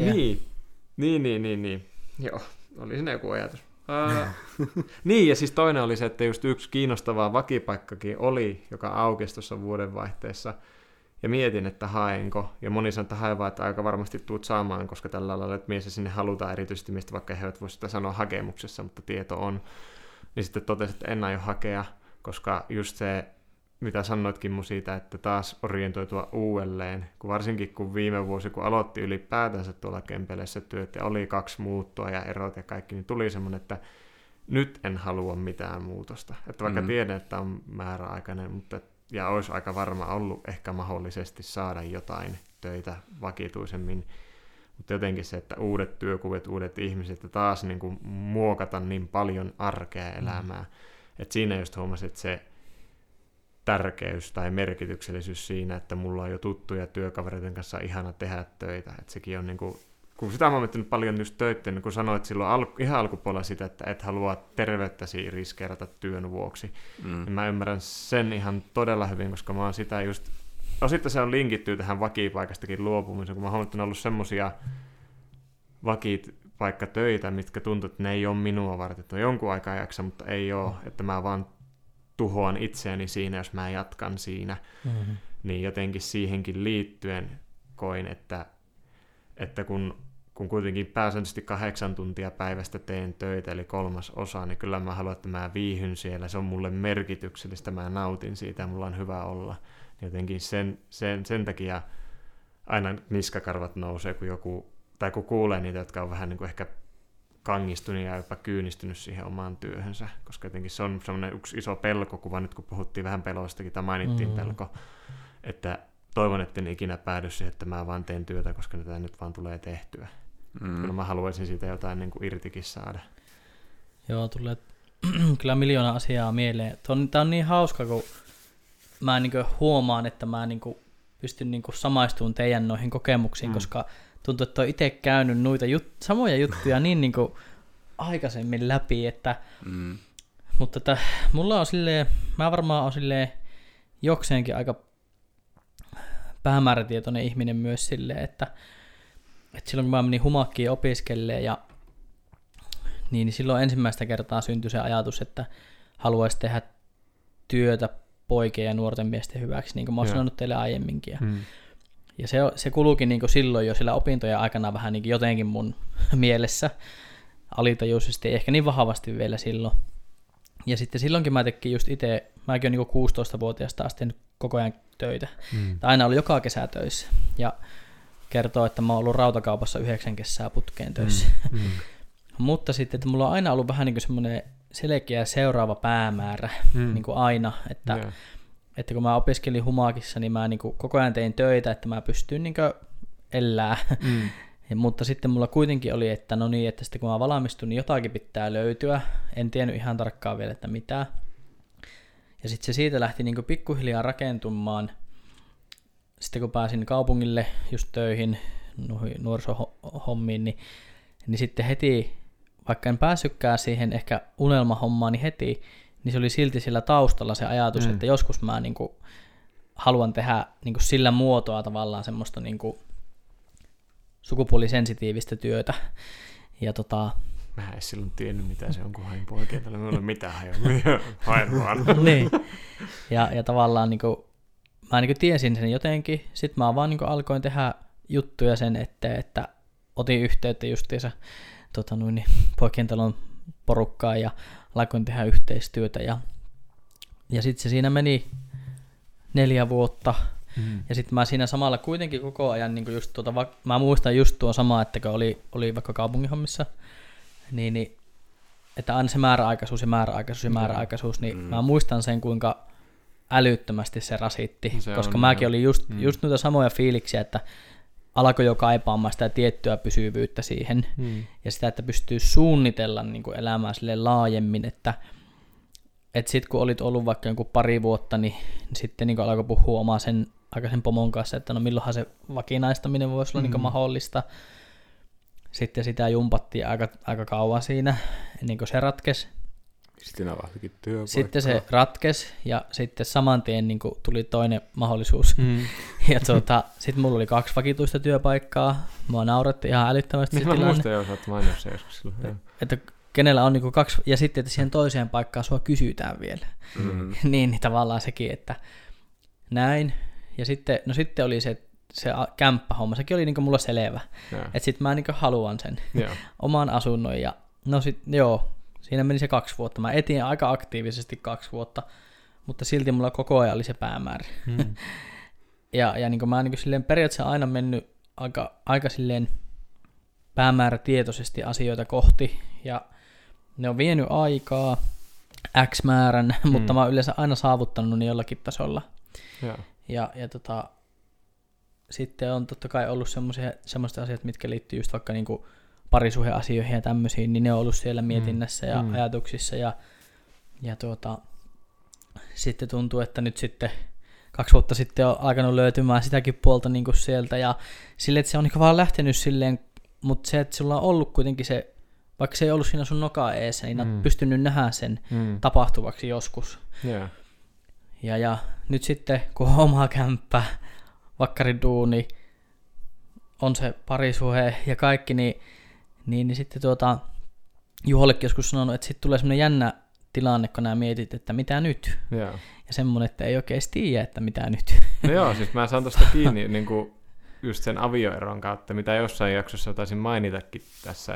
Niin. Joo, oli siinä joku ajatus. Niin, ja siis toinen oli se, että just yksi kiinnostava vakipaikkakin oli, joka aukesi tuossa vuodenvaihteessa. Ja mietin, että haenko. Ja moni sanoi, että hae vaan, että aika varmasti tuut saamaan, koska tällä lailla, että mies ja sinne halutaan erityisesti miestä, vaikka he eivät voi sitä sanoa hakemuksessa, mutta tieto on. Niin sitten totesin, että en aio hakea, koska just se, mitä sanoitkin mun siitä, että taas orientoitua uudelleen, kun varsinkin kun viime vuosi, kun aloitti ylipäätänsä tuolla Kempeleissä työt ja oli 2 muuttoa ja erot ja kaikki, niin tuli semmoinen, että nyt en halua mitään muutosta. Että vaikka tiedän, että on määräaikainen, mutta ja olisi aika varma ollut ehkä mahdollisesti saada jotain töitä vakituisemmin, mutta jotenkin se, että uudet työkuvat, uudet ihmiset ja taas niin kuin muokata niin paljon arkea elämää, että siinä just huomasin, että se tärkeys tai merkityksellisyys siinä, että mulla on jo tuttuja työkavereiden kanssa ihana tehdä töitä, että sekin on niin kuin, kun sitä mä oon miettinyt paljon just töitä, niin kun sanoit silloin ihan alkupuolella sitä, että et halua terveyttäsi riskeerata työn vuoksi, niin mä ymmärrän sen ihan todella hyvin, koska mä oon sitä just, osittain se on linkittyy tähän vakipaikastakin luopumiseen, kun mä oon ollut semmosia vakipaikkatöitä, mitkä tuntuu, että ne ei ole minua varten, että on jonkun aikaa jaksa, mutta ei ole, että mä vaan tuhoan itseäni siinä, jos mä jatkan siinä, niin jotenkin siihenkin liittyen koin, että kun kuitenkin pääsääntöisesti 8 tuntia päivästä teen töitä, eli 3/3, niin kyllä mä haluan, että mä viihyn siellä. Se on mulle merkityksellistä, mä nautin siitä ja mulla on hyvä olla. Jotenkin sen takia aina niskakarvat nousee, kun kuulee niitä, jotka on vähän niin kuin ehkä kangistunut ja jopa kyynistynyt siihen omaan työhönsä, koska jotenkin se on semmoinen yksi iso pelkokuva, nyt kun puhuttiin vähän peloistakin, tai mainittiin pelko, että toivon, etten ikinä päädy siihen, että mä vaan teen työtä, koska tätä nyt vaan tulee tehtyä. Kyllä mä haluaisin siitä jotain niin kuin irtikin saada. Joo, tulee kyllä 1,000,000 asiaa mieleen. Tämä on niin hauska, kun mä niin kuin huomaan, että mä niin kuin pystyn niin kuin samaistumaan teidän noihin kokemuksiin, koska tuntuu, että olen itse käynyt noita samoja juttuja niin kuin aikaisemmin läpi, että mutta mulla on silleen, mä varmaan on silleen jokseenkin aika päämäärätietoinen ihminen myös silleen, että silloin kun mä menin Humakkiin opiskelemaan niin silloin ensimmäistä kertaa syntyi se ajatus, että haluaisi tehdä työtä poikien ja nuorten miesten hyväksi, niin kuin mä oon sanonut teille aiemminkin. Ja se kulukin niin kuin silloin jo sillä opintojen aikana vähän niin kuin jotenkin mun mielessä alitajuisesti, ehkä niin vahvasti vielä silloin. Ja sitten silloinkin mä tekin just itse, mäkin olen niin 16-vuotiaasta asti tehnyt koko ajan töitä. Aina oli joka kesä töissä. Ja kertoo, että mä oon ollut rautakaupassa 9 kesää putkeen töissä. Mutta sitten, että mulla on aina ollut vähän niin kuin semmoinen selkeä seuraava päämäärä niin kuin aina, että kun mä opiskelin Humakissa, niin mä niin kuin koko ajan tein töitä, että mä pystyin niin kuin elää. Mutta sitten mulla kuitenkin oli, että no niin, että sitten kun mä valmistun, niin jotakin pitää löytyä. En tiennyt ihan tarkkaan vielä, että mitä. Ja sitten se siitä lähti niin kuin pikkuhiljaa rakentumaan. Sitten kun pääsin kaupungille just töihin, nuorisohommiin, niin sitten heti, vaikka en päässytkään siihen ehkä unelmahommaan, niin heti, niin se oli silti sillä taustalla se ajatus, että joskus mä niin kuin haluan tehdä niin kuin sillä muotoa tavallaan semmoista niin kuin sukupuolisensitiivistä työtä. Ja mä en silloin tiennyt, mitä se on, kun hain poikia. Tällä ei ole mitään hain vaan. Niin. Ja tavallaan niin kuin, mä niin kuin tiesin sen jotenkin. Sitten mä vaan niin kuin alkoin tehdä juttuja sen eteen, että otin yhteyttä justiinsa poikien talon porukkaan ja alkoin tehdä yhteistyötä. Ja Ja sitten se siinä meni 4 vuotta. Ja sitten mä siinä samalla kuitenkin koko ajan, niin just mä muistan just tuo sama, että kun oli vaikka kaupunginhommissa, niin että aina se määräaikaisuus, niin mä muistan sen, kuinka älyttömästi se rasitti, koska mäkin olin just noita samoja fiiliksiä, että alkoi jo kaipaamaan sitä tiettyä pysyvyyttä siihen, ja sitä, että pystyy suunnitella niin kuin elämää silleen laajemmin, että sitten kun olit ollut vaikka jonkun 2 vuotta, niin sitten niin alkoi puhua omaa sen aikaisen pomon kanssa, että no milloinhan se vakinaistaminen voisi olla niin kuin mahdollista. Sitten sitä jumpattiin aika kauan siinä, ennen kuin se ratkesi. Sitten se ratkesi, ja sitten saman tien niin kuin tuli toinen mahdollisuus. Ja sitten mulla oli 2 vakituista työpaikkaa. Mua nauratti ihan älyttömästi se tilanne. Mä muistan jo, osaat mainita se joskus silloin. Että kenellä on niin 2, ja sitten että siihen toiseen paikkaan sua kysytään vielä. Niin tavallaan sekin, että näin. Ja sitten oli se kämppähomma, sekin oli niin mulla selvä. Että sitten mä niin haluan sen oman asunnon. Ja no sitten siinä meni se 2 vuotta. Mä etin aika aktiivisesti 2 vuotta, mutta silti mulla koko ajan oli se päämäärä. ja niin mä niin silleen periaatteessa aina mennyt aika silleen päämäärätietoisesti asioita kohti, ja ne on vienyt aikaa X määrän, mutta mä oon yleensä aina saavuttanut ne jollakin tasolla. Ja sitten on totta kai ollut semmoista asiat, mitkä liittyy just vaikka niinku parisuhdeasioihin ja tämmöisiin, niin ne on ollut siellä mietinnässä ja ajatuksissa, ja sitten tuntuu, että nyt sitten 2 vuotta sitten on alkanut löytymään sitäkin puolta niinku sieltä, ja silleen, että se on niinku vaan lähtenyt silleen, mutta se, että sulla on ollut kuitenkin se, vaikka se ei ollut siinä sun nokaa eessä, niin olet pystynyt nähdä sen tapahtuvaksi joskus. Ja nyt sitten, kun on oma kämppä, vakkariduuni, on se parisuhe ja kaikki, niin sitten Juhollekin joskus sanonut, että sitten tulee semmoinen jännä tilanne, kun nämä mietit, että mitä nyt? Ja semmoinen, että ei oikein tiedä, että mitä nyt. No joo, siis mä saan tuosta kiinni niin kuin just sen avioeron kautta, mitä jossain jaksossa taisin mainitakin tässä,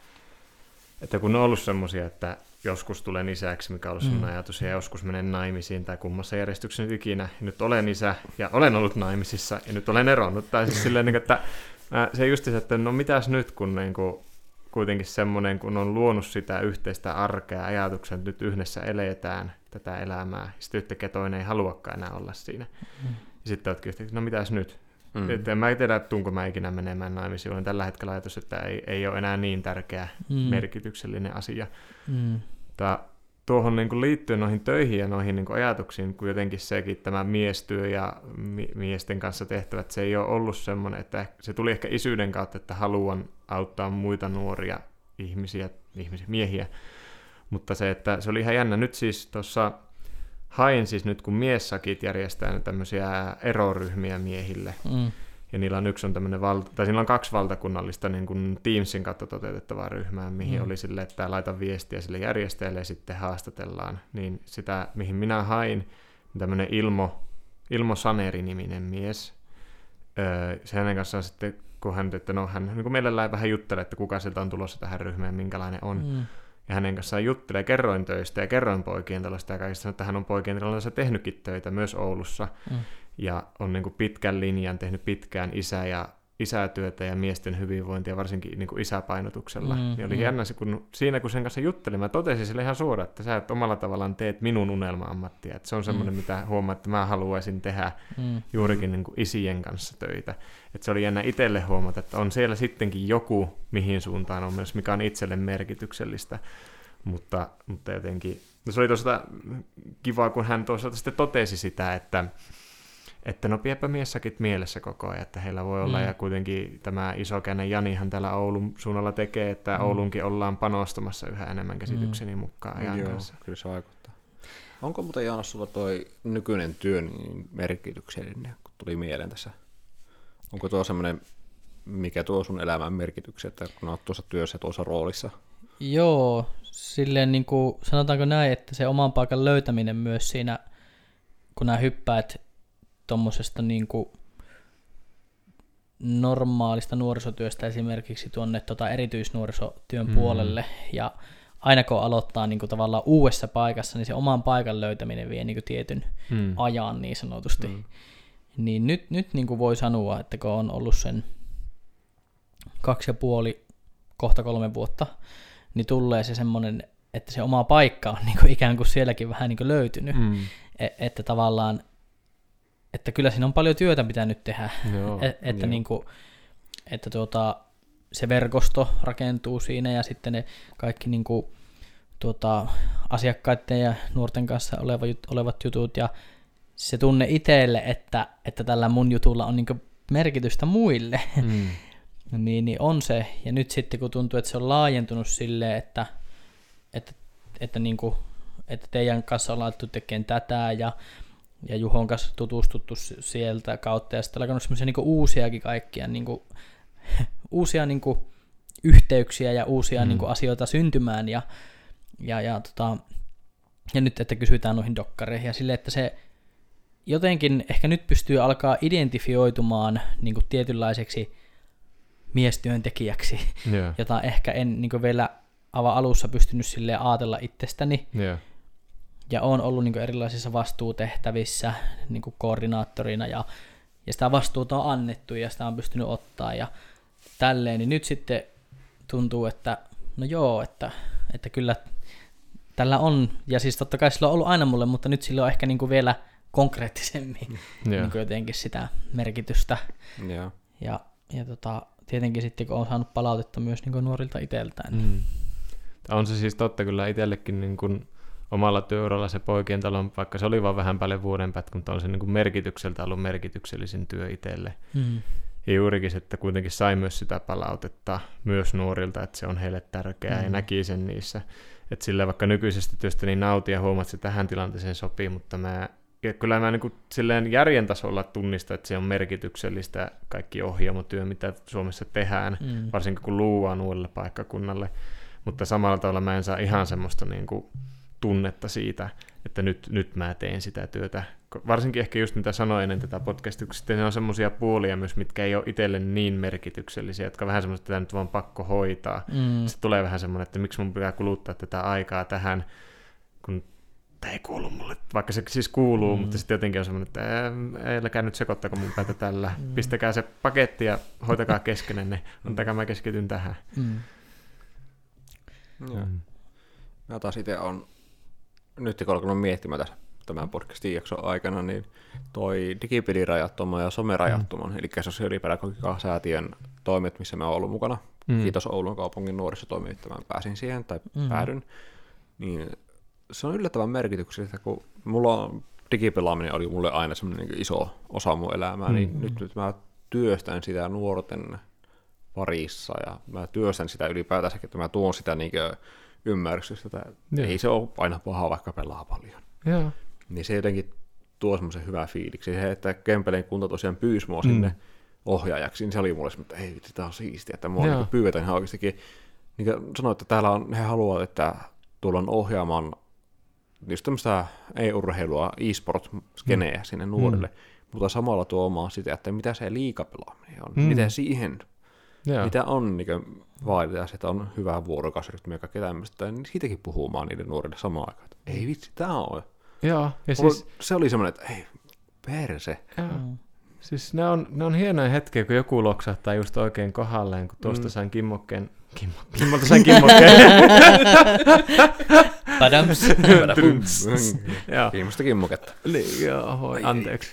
että kun on ollut semmoisia, että joskus tulen isäksi, mikä on ollut semmoinen ajatus, ja joskus menen naimisiin tai kummassa järjestyksen nyt ikinä, ja nyt olen isä, ja olen ollut naimisissa, ja nyt olen eronnut. Tai siis silleen, että se just se, että no mitäs nyt, kun niin kuin, kuitenkin semmoinen, kun on luonut sitä yhteistä arkea, ajatuksen, että nyt yhdessä eletään tätä elämää, ja sitten yhtäkkiä toinen ei haluakaan enää olla siinä. Ja sitten oletkin yhtäkkiä, no mitäs nyt? Että en mä tiedä, tuunko mä ikinä menemään naimisiin. Olen tällä hetkellä ajatus, että ei ole enää niin tärkeä merkityksellinen asia. Tuohon niin kuin liittyen noihin töihin ja noihin niin kuin ajatuksiin, kun jotenkin sekin tämä miestyö ja miesten kanssa tehtävät, se ei ole ollut semmoinen, että se tuli ehkä isyyden kautta, että haluan auttaa muita nuoria miehiä. Mutta se, että se oli ihan jännä. Nyt siis tuossa hain siis nyt, kun miessakit järjestää tämmöisiä eroryhmiä miehille, ja niillä on siinä on 2 valtakunnallista niin kuin Teamsin kautta toteutettavaa ryhmää, mihin oli sille, että laita viestiä sille järjestäjälle ja sitten haastatellaan. Niin sitä, mihin minä hain, tämmöinen Ilmo Saneri-niminen mies, se hänen kanssaan sitten, kun hän niin kuin mielellään vähän juttelee, että kuka sieltä on tulossa tähän ryhmään, minkälainen on. Ja hänen kanssaan juttelee, kerroin töistä ja kerroin poikien talosta ja kaikista, että hän on poikien talossa tehnytkin töitä myös Oulussa. Ja on niin kuin pitkän linjan tehnyt pitkään isätyötä ja miesten hyvinvointia, varsinkin niin kuin isäpainotuksella. Niin oli jännä, kun sen kanssa juttelin, mä totesin sille ihan suoraan, että sä et omalla tavallaan teet minun unelma-ammattia. Että se on semmoinen, mitä huomaa, että mä haluaisin tehdä juurikin niin kuin isien kanssa töitä. Että se oli jännä itselle huomata, että on siellä sittenkin joku, mihin suuntaan on myös, mikä on itselle merkityksellistä. Mutta jotenkin, se oli tuosta kivaa, kun hän tuossa sitten totesi sitä, että no piepä miessakit mielessä koko ajan, että heillä voi olla, ja kuitenkin tämä isokäinen Janihan täällä Oulun suunnalla tekee, että Oulunkin ollaan panostamassa yhä enemmän käsitykseni mukaan ajan kanssa. Kyllä se vaikuttaa. Onko muuten, Joonas, sulla toi nykyinen työ niin merkityksellinen, kun tuli mieleen tässä? Onko tuo semmoinen, mikä tuo sun elämän merkityksen, että kun olet tuossa työssä tuossa roolissa? Joo, silleen niin kuin, sanotaanko näin, että se oman paikan löytäminen myös siinä, kun nämä hyppäät tuommoisesta niin kuin normaalista nuorisotyöstä esimerkiksi tuonne erityisnuorisotyön puolelle, ja aina kun aloittaa niin kuin tavallaan uudessa paikassa, niin se oman paikan löytäminen vie niin kuin tietyn ajan niin sanotusti. Niin nyt niin kuin voi sanoa, että kun on ollut sen 2,5, kohta 3 vuotta, niin tulee se semmoinen, että se oma paikka on niin kuin ikään kuin sielläkin vähän niin kuin löytynyt. Että tavallaan, että kyllä siinä on paljon työtä pitänyt tehdä. Joo, että niin kuin, että se verkosto rakentuu siinä ja sitten ne kaikki niin kuin, asiakkaiden ja nuorten kanssa olevat jutut ja se tunne itselle, että tällä mun jutulla on niin kuin merkitystä muille, niin on se. Ja nyt sitten kun tuntuu, että se on laajentunut silleen, että, niin kuin, että teidän kanssa on laitettu tekemään tätä ja Juhon kanssa tutustuttu sieltä kautta ja sitten alkanut semmoisia niin kuin uusiakin kaikkia niin kuin, uusia niin kuin yhteyksiä ja uusia niin kuin asioita syntymään ja nyt, että kysytään noihin dokkareihin ja silleen, että se jotenkin ehkä nyt pystyy alkaa identifioitumaan niin kuin tietynlaiseksi miestyöntekijäksi, jota ehkä en niin kuin vielä aivan alussa pystynyt silleen ajatella itsestäni. Ja olen ollut niin kuin erilaisissa vastuutehtävissä niin kuin koordinaattorina ja sitä vastuuta on annettu ja sitä on pystynyt ottaa ja tälleen, niin nyt sitten tuntuu, että no joo, että kyllä tällä on, ja siis totta kai sillä on ollut aina mulle, mutta nyt sillä on ehkä niin kuin vielä konkreettisemmin niin kuin jotenkin sitä merkitystä. Ja tietenkin sitten, kun on saanut palautetta myös niin kuin nuorilta itseltään. On se siis totta kyllä itsellekin niin kuin omalla työuralla se poikien talon, vaikka se oli vaan vähän paljon vuoden pätkä, mutta on se niin kuin merkitykseltä ollut merkityksellisin työ itselle. Ja juurikin, että kuitenkin sai myös sitä palautetta myös nuorilta, että se on heille tärkeää ja näki sen niissä. Että sillä vaikka nykyisestä työstä niin nautin ja huomaat, että se tähän tilanteeseen sopii, mutta kyllä mä niin kuin silleen järjen tasolla tunnistan, että se on merkityksellistä kaikki ohjaamotyö, mitä Suomessa tehdään, varsinkin kun luuaan uudelle paikkakunnalle. Mutta samalla tavalla mä en saa ihan semmoista niin kuin tunnetta siitä, että nyt mä teen sitä työtä. Varsinkin ehkä just mitä sanoin ennen tätä podcastia, sitten ne on semmoisia puolia myös, mitkä ei ole itselle niin merkityksellisiä, jotka vähän semmoista, että tämä nyt vaan pakko hoitaa. Sitten tulee vähän semmoinen, että miksi mun pitää kuluttaa tätä aikaa tähän, kun tämä ei kuulu mulle, vaikka se siis kuuluu, mutta sitten jotenkin on semmoinen, että älkää nyt sekoittako mun päätä tällä. Pistäkää se paketti ja hoitakaa keskenenne, antakaa mä keskityn tähän. Mä taas itse on, nyt kun alkanut miettimään tässä tämän podcastin jakson aikana, niin toi digipelirajattoman ja somerajattoman, eli sosiaalipedagogiikka-säätiön toimet, missä mä oon ollut mukana, kiitos Oulun kaupungin nuorisotoimi, että mä pääsin siihen tai päädyn, niin se on yllättävän merkityksellistä, kun digipelaaminen oli mulle aina semmoinen niin iso osa mun elämää, niin nyt mä työstän sitä nuorten parissa ja mä työstän sitä ylipäätänsäkin, että mä tuon sitä niin ymmärrystä, että ei se ole aina paha, vaikka pelaa paljon. Niin se jotenkin tuo semmoisen hyvää fiiliksi. Se, että Kempeleen kunta tosiaan pyysi mua sinne ohjaajaksi, niin se oli mulle semmoinen, että ei, sitä on siistiä, että mua niin pyydetään ihan oikeastikin. Niin kuin sanoin, että täällä he haluavat, että tullaan ohjaamaan just tämmöistä ei-urheilua, e-sport-skeneä sinne nuorille, mutta samalla tuomaan sitä, että mitä se liigapelaaminen on, miten siihen, mitä on niin vaaditaan, että on hyvä vuorokausirytmi ja kaikkea tämmöistä, niin siitäkin puhumaan niille nuorille samaan aikaan. Ei vitsi, tää on. Joo, ja siis se oli semmoinen, että ei, perse. Siis ne on hienoja hetkiä, kun joku loksahtaa just oikein kohdalleen, kun tuosta sain kimmokkeen. Kimmolta sain kimmokkeen. Padams. Kimmosta kimmoketta. Niin, joo, anteeksi.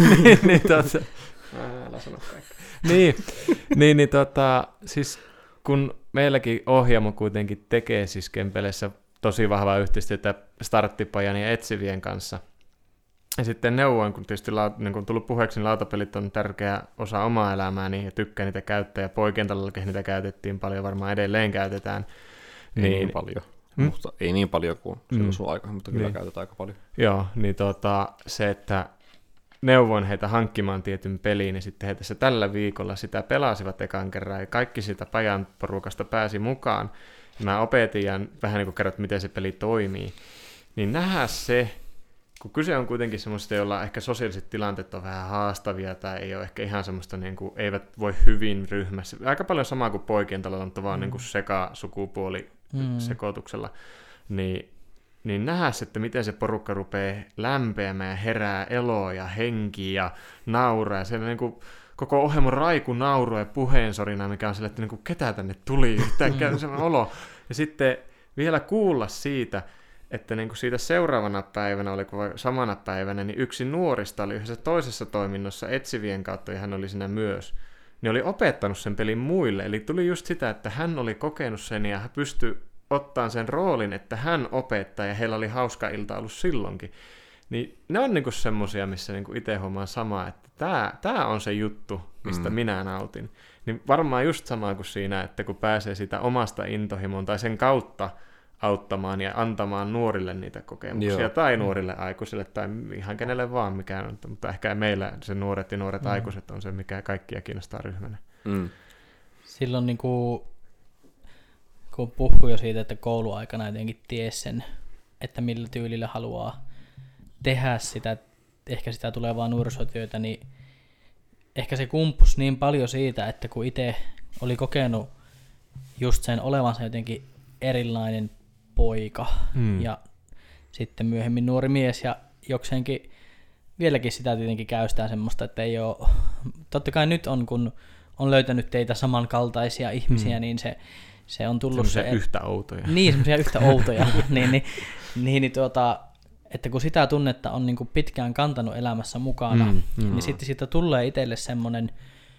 Älä sano kaikkea. Niin, siis kun meilläkin ohjaamo kuitenkin tekee siis Kempeleessä tosi vahvaa yhteistyötä starttipajan ja etsivien kanssa. Ja sitten neuvoin, kun tietysti niin kun tullut puheeksi, niin lautapelit on tärkeä osa omaa elämääni ja tykkään niitä käyttää. Ja poikien taloudellakin niitä käytettiin paljon, varmaan edelleen käytetään. Niin paljon. Mutta ei niin paljon kuin silloin sun aika, mutta kyllä käytetään aika paljon. Joo, niin se, että neuvoin heitä hankkimaan tietyn peliin, ja sitten he tässä tällä viikolla sitä pelasivat ekan kerran, ja kaikki sitä pajan porukasta pääsi mukaan. Ja mä opetin ja vähän niin kuin kerrot, miten se peli toimii. Niin nähdä se, kun kyse on kuitenkin semmoista, joilla ehkä sosiaaliset tilanteet on vähän haastavia, tai ei ole ehkä ihan semmoista, niin kuin, eivät voi hyvin ryhmässä. Aika paljon samaa kuin poikien talolla, mutta vaan niin kuin sekasukupuoli sekoituksella, niin nähdä, että miten se porukka rupeaa lämpeämään ja herää eloa ja henki ja nauraa. Ja siellä niin kuin koko ohjelman raiku naurua ja puheensorina, mikä on sille, että niin kuin, ketä tänne tuli, yhtään sellainen olo. Ja sitten vielä kuulla siitä, että niin kuin siitä seuraavana päivänä, oliko samana päivänä, niin yksi nuorista oli yhdessä toisessa toiminnossa etsivien kautta, ja hän oli siinä myös, niin oli opettanut sen pelin muille. Eli tuli just sitä, että hän oli kokenut sen ja pystyi ottaa sen roolin, että hän opettaa, ja heillä oli hauska ilta ollut silloinkin. Niin ne on niinku semmosia, missä niinku itse huomaan samaa, että tää on se juttu, mistä minä nautin. Niin varmaan just sama kuin siinä, että kun pääsee sitä omasta intohimoon tai sen kautta auttamaan ja antamaan nuorille niitä kokemuksia, tai nuorille aikuisille, tai ihan kenelle vaan mikään on, mutta ehkä meillä se nuoret ja nuoret aikuiset on se, mikä kaikkia kiinnostaa ryhmänä. Silloin niinku, kun puhui jo siitä, että kouluaikana jotenkin ties sen, että millä tyylillä haluaa tehdä sitä, ehkä sitä tulevaa nuorisotyötä, niin ehkä se kumpus niin paljon siitä, että kun itse oli kokenut just sen olevansa jotenkin erilainen poika ja sitten myöhemmin nuori mies ja jokseenkin vieläkin sitä tietenkin käystää semmoista, että ei ole, totta kai nyt on, kun on löytänyt teitä samankaltaisia ihmisiä, niin se on tullut semmoisia yhtä outoja. Niin, semmoisia yhtä outoja, että kun sitä tunnetta on niin kuin pitkään kantanut elämässä mukana, niin sitten siitä tulee itselle semmoinen,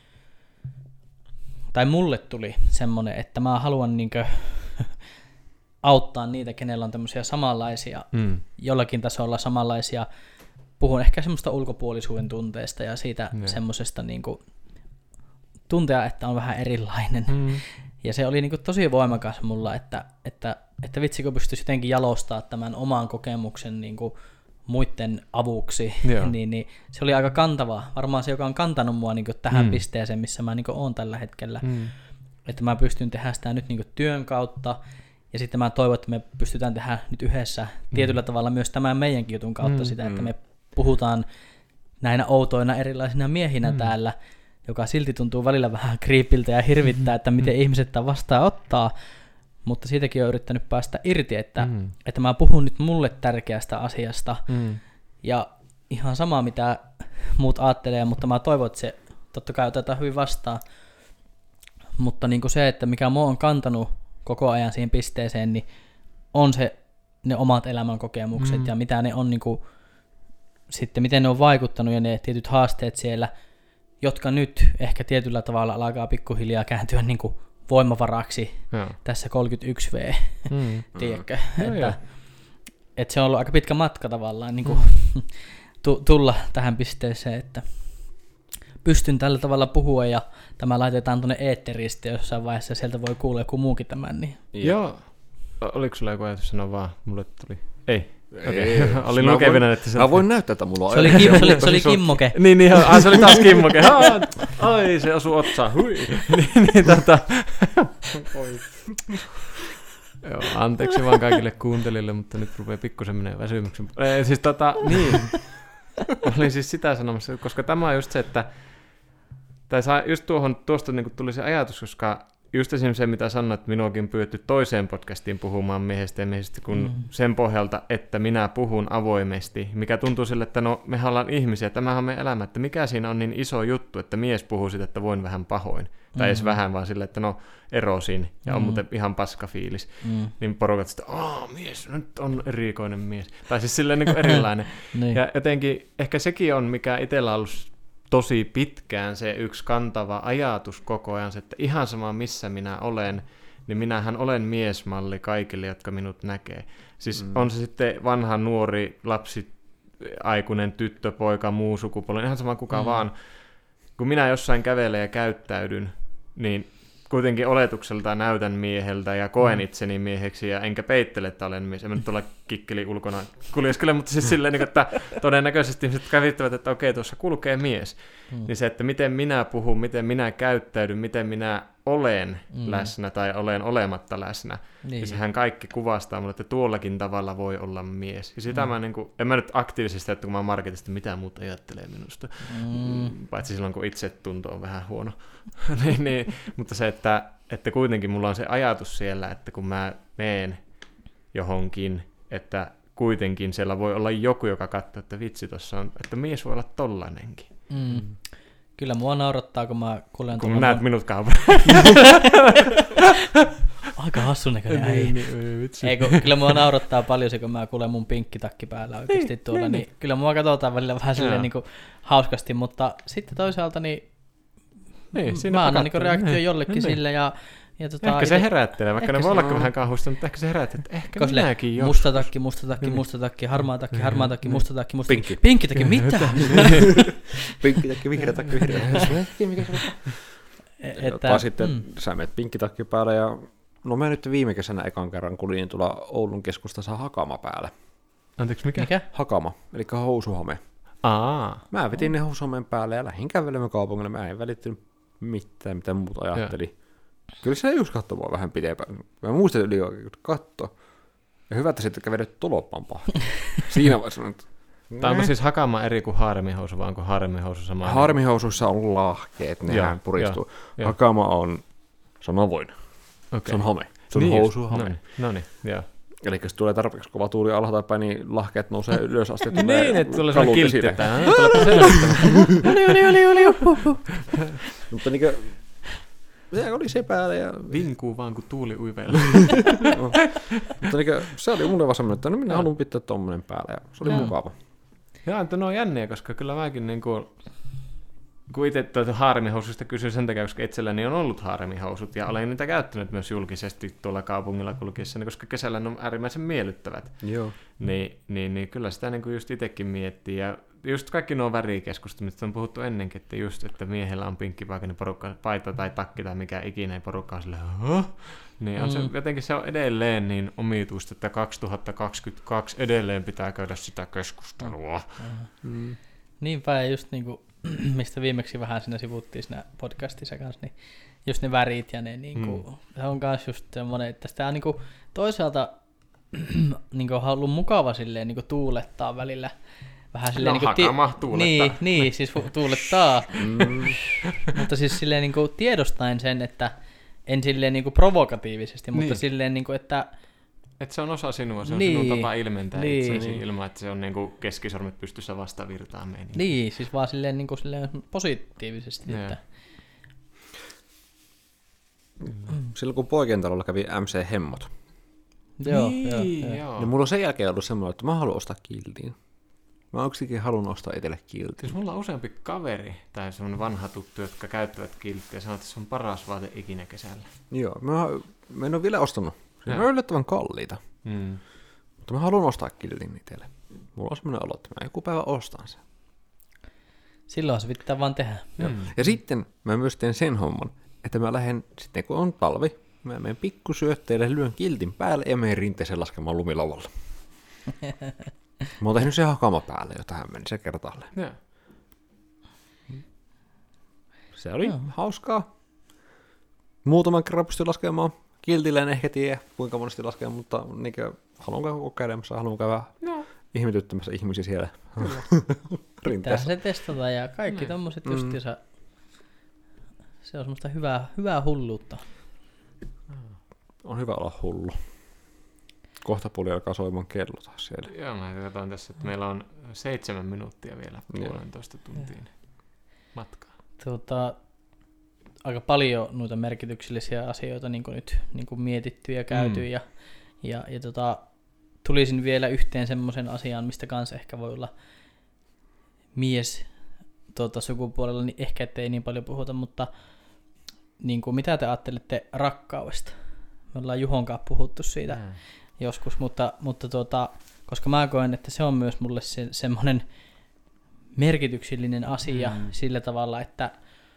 tai mulle tuli semmoinen, että mä haluan niin kuin auttaa niitä, kenellä on tämmöisiä samanlaisia, jollakin tasolla samanlaisia, puhun ehkä semmoista ulkopuolisuuden tunteesta ja siitä semmoisesta niin kuin tuntea, että on vähän erilainen. Ja se oli niin kuin tosi voimakas mulla, että vitsi kun pystyisi jotenkin jalostaa tämän oman kokemuksen niin kuin muiden avuksi, niin se oli aika kantava. Varmaan se, joka on kantanut mua niin kuin tähän pisteeseen, missä mä niin kuin oon tällä hetkellä. Että mä pystyn tehdä sitä nyt niin kuin työn kautta, ja sitten mä toivon, että me pystytään tehdä nyt yhdessä tietyllä tavalla myös tämän meidänkin jutun kautta sitä, että me puhutaan näinä outoina erilaisina miehinä täällä, joka silti tuntuu välillä vähän kriipiltä ja hirvittää, että miten ihmiset tämän vastaan ottaa, mutta siitäkin on yrittänyt päästä irti, että mä puhun nyt mulle tärkeästä asiasta, ja ihan sama mitä muut ajattelee, mutta mä toivon, että se totta kai otetaan hyvin vastaan, mutta niin kuin se, että mikä mua on kantanut koko ajan siihen pisteeseen, niin on se ne omat elämänkokemukset ja mitä ne on niin kuin, sitten miten ne on vaikuttanut ja ne tietyt haasteet siellä, jotka nyt ehkä tietyllä tavalla alkaa pikkuhiljaa kääntyä niin kuin voimavaraksi tässä 31V, tiedätkö? Että se on ollut aika pitkä matka tavallaan niin kuin tulla tähän pisteeseen, että pystyn tällä tavalla puhua ja tämä laitetaan tuonne eetteriin sitten jossain vaiheessa ja sieltä voi kuulla joku muukin tämän. Niin. Joo. Oliko sulla joku ajatus sanoa vaan? Mulle tuli. Ei. Okei. Olin lukevina, että se... Mä voin näyttää, että mulla on se oli kimmoke. Niin, se oli taas kimmoke. Ai, se osui otsaan. Hui. Joo, anteeksi vaan kaikille kuuntelijoille, mutta nyt rupeaa pikkusen menee väsymyksen. Siis niin. Olin siis sitä sanomassa, koska tämä on just se, että tai just tuosta niin tuli se ajatus, koska just esimerkiksi se, mitä sanoit, että minuakin pyydetty toiseen podcastiin puhumaan miehestä ja miehistä, kun sen pohjalta, että minä puhun avoimesti, mikä tuntuu sille, että no mehän ollaan ihmisiä, tämähän on meidän elämä, että mikä siinä on niin iso juttu, että mies puhuu sitä, että voin vähän pahoin. Tai edes vähän, vaan sille, että no erosin ja on muuten ihan paska fiilis. Niin porukat sitä, mies, nyt on erikoinen mies. Tai siis silleen niin kuin erilainen. Ja jotenkin ehkä sekin on, mikä itsellä on ollut tosi pitkään se yksi kantava ajatus koko ajan, että ihan sama missä minä olen, niin minähän olen miesmalli kaikille, jotka minut näkee. Siis on se sitten vanha, nuori, lapsi, aikuinen, tyttö, poika, muu sukupuoli, ihan sama kuka vaan. Kun minä jossain kävelen ja käyttäydyn, niin kuitenkin oletukselta näytän mieheltä ja koen itseni mieheksi ja enkä peittele, että olen mies. En mä nyt tuolla kikkeli ulkona kuljeskele, mutta siis silleen, että todennäköisesti ihmiset käsittävät, että okei, tuossa kulkee mies. Niin se, että miten minä puhun, miten minä käyttäydyn, miten minä olen läsnä tai olen olematta läsnä. Niin. Ja sehän kaikki kuvastaa mulle, että tuollakin tavalla voi olla mies. Ja sitä mä en mä nyt aktiivisesti, että kun mä marketista, mitä muuta ajattelee minusta. Paitsi silloin, kun itsetunto on vähän huono. niin, mutta se, että että kuitenkin mulla on se ajatus siellä, että kun mä meen johonkin, että kuitenkin siellä voi olla joku, joka katsoo, että vitsi tossa on, että mies voi olla tollainenkin. Kyllä mua naurattaa, kun mä kuljen kun näet minut kaupassa. Aika hassun näköinen äijä. Kyllä mua naurattaa paljon se, kun mä kuulen mun pinkkitakki päällä oikeasti tuolla, niin kyllä mua katsotaan välillä vähän silleen niin kuin hauskasti, mutta sitten toisaalta niin mä annan niin reaktio jollekin sille ja ehkä se herättelee, vaikka ne voi olla vähän kauhusta, mutta ehkä se herättelee, että ehkä minäkin joskus. Musta takki, harmaa takki, musta takki, pinkki takki, mitä? Pinkki takki, vihreä takki, vihreä takki. Sitten sä menet pinkkitakki päälle ja no mä nyt viime kesänä ekan kerran kuljin tuolla Oulun keskustassa Hakama päällä. Anteeksi, mikä? Hakama, eli housuhome. Mä vetin ne housuhomeen päälle ja lähdin kävelemään kaupungille. Mä en välittynyt mitään, mitä muut ajatteli. Kyllä se just katsoi mua vähän pidempään. Mä muistan yli oikein katsoa. Ja hyvä, että sitten kävelet tolopaan pahti. Siinä vaiheessa. Tämä on siis Hakama eri kuin haaremihousu, vai onko haaremihousu sama? Haaremihousuissa on lahkeet, nehän puristuu. Hakama on, se on avoin. Se on home. Se on niin housuhome. Noniin, joo. Eli jos tulee tarpeeksi kova tuuli alhaalta päin, niin lahkeet nousee ylös asti. Niin, että tulee sellainen kiltti tähän. Oli. Mutta niinkö, se oli se päällä ja vinkuu vaan, kun tuuli uiveilla. Mutta niinkö, se oli mulle vaan semmoinen, että no minä haluan pitää tommonen päällä ja se oli mukava. Joo, että ne on jänniä, koska kyllä mäkin niinku, kun itse haaremihousuista kysyin sen takia, koska itselläni on ollut haaremihousut ja olen niitä käyttänyt myös julkisesti tuolla kaupungilla kulkiessani, koska kesällä ne on äärimmäisen miellyttävät. Joo. Niin kyllä sitä niinku just itsekin miettii ja just kaikki nuo värikeskustelut, mistä on puhuttu ennenkin, että just, että miehellä on pinkkipaikainen porukka, paita tai takki tai mikä ikinä ei porukka on silleen, niin on se, jotenkin se on edelleen niin omituista, että 2022 edelleen pitää käydä sitä keskustelua. Niinpä, ja just niinku, mistä viimeksi vähän siinä sivuttiin siinä podcastissa kanssa, niin just ne värit ja ne niinku, se on kans just semmoinen, että sitä niinku toisaalta niinku on ollut mukava silleen niinku tuulettaa välillä. Vähän silleen no, Hakama tuulettaa. Niin, siis tuulettaa. Mutta siis silleen niinku tiedostaen sen, että en silleen niinku provokatiivisesti, mutta silleen niinku, että se on osa sinua, se on sinun tapa ilmentää itseäsi ilman, että se on niinku keskisormet pystyssä vastavirtaan meininki. Niin, siis vaan silleen, niinku, silleen positiivisesti. Että silloin kun poikien talolla kävi MC-hemmot. Joo. Niin mulla on sen jälkeen ollut semmoinen, että mä haluan ostaa kiltin. Mä oikeastikin haluan ostaa itselle kiltin. Siis mulla on useampi kaveri tai semmoinen vanha tuttu, jotka käyttävät kilttiä ja sanoo, että se on paras vaate ikinä kesällä. Joo, mä en ole vielä ostanut. Se on yllättävän kalliita. Mutta mä haluan ostaa kiltin itselle. Mulla on semmoinen olo, että mä joku päivä ostan sen. Silloin se pitää vaan tehdä. Ja sitten mä myös teen sen homman, että mä lähden sitten kun on talvi, mä menen pikkusyötteille, lyön kiltin päälle ja menen rinteeseen laskemaan lumilavalla. Mä oon tehnyt sen Hakama päälle jo tähän mennessä kertaalleen. Yeah. Se oli hauskaa. Muutaman kerran pystyi laskemaan. Kiltillä en ehkä tiedä, kuinka monesti laskemaan, mutta haluan käydä kokeilemassa, haluan käydä ihmetyttämässä ihmisiä siellä rinteessä. Pitää se testata ja kaikki tommoset justiinsa. Se on semmoista hyvää hulluutta. On hyvä olla hullu. Kohta puoli alkaa soimaan kello taas siellä. Joo, mä katsoin tässä, että meillä on 7 minuuttia vielä 1,5 tuntiin matkaa. Aika paljon noita merkityksellisiä asioita niin kuin nyt niin kuin mietitty ja käyty. Ja tulisin vielä yhteen semmoisen asian, mistä kanssa ehkä voi olla mies sukupuolella, niin ehkä ettei niin paljon puhuta, mutta niin kuin, mitä te ajattelette rakkaudesta? Me ollaan Juhon kanssa puhuttu siitä joskus, mutta koska mä koen, että se on myös mulle semmoinen merkityksellinen asia sillä tavalla, että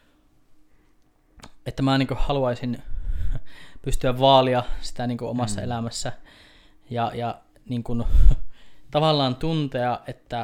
mä niin kuin haluaisin pystyä vaalia sitä niin kuin omassa elämässä ja niin kuin, tavallaan tuntea,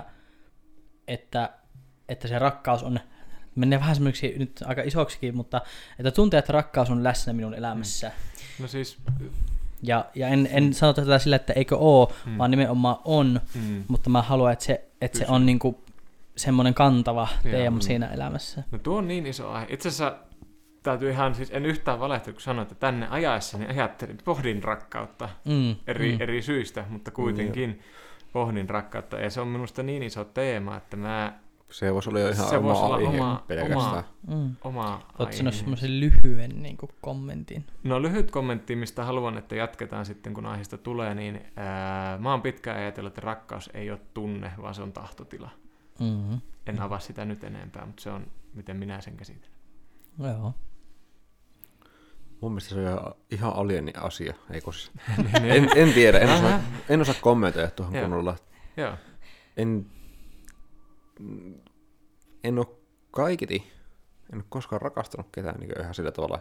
että se rakkaus on, menee vähän semmoiksi nyt aika isoksikin, mutta että tuntea, että rakkaus on läsnä minun elämässä. No siis Ja en sano tätä sillä, että eikö ole, vaan nimenomaan on, mutta mä haluan, että se on niinku semmoinen kantava teema siinä elämässä. No tuo on niin iso aihe. Itse asiassa täytyy ihan, siis en yhtään valehtelua, kun sanoin, että tänne ajaessani pohdin rakkautta eri syistä, mutta kuitenkin pohdin rakkautta. Ja se on minusta niin iso teema, että se voisi olla jo ihan oma aihe pelkästään. Oma aihe. Oletko sanoa semmoisen lyhyen niin kuin kommentin? No lyhyt kommentti, mistä haluan, että jatketaan sitten, kun aiheesta tulee, niin mä oon pitkään ajatellut, että rakkaus ei ole tunne, vaan se on tahtotila. En avaa sitä nyt enempää, mutta se on, miten minä sen käsitän. Joo. Mun mielestä se on ihan alieni asia, eikö siis? En tiedä, en osaa kommentoida tuohon kunnolla. Joo. En ole en ole koskaan rakastanut ketään niin ihan sillä tavalla.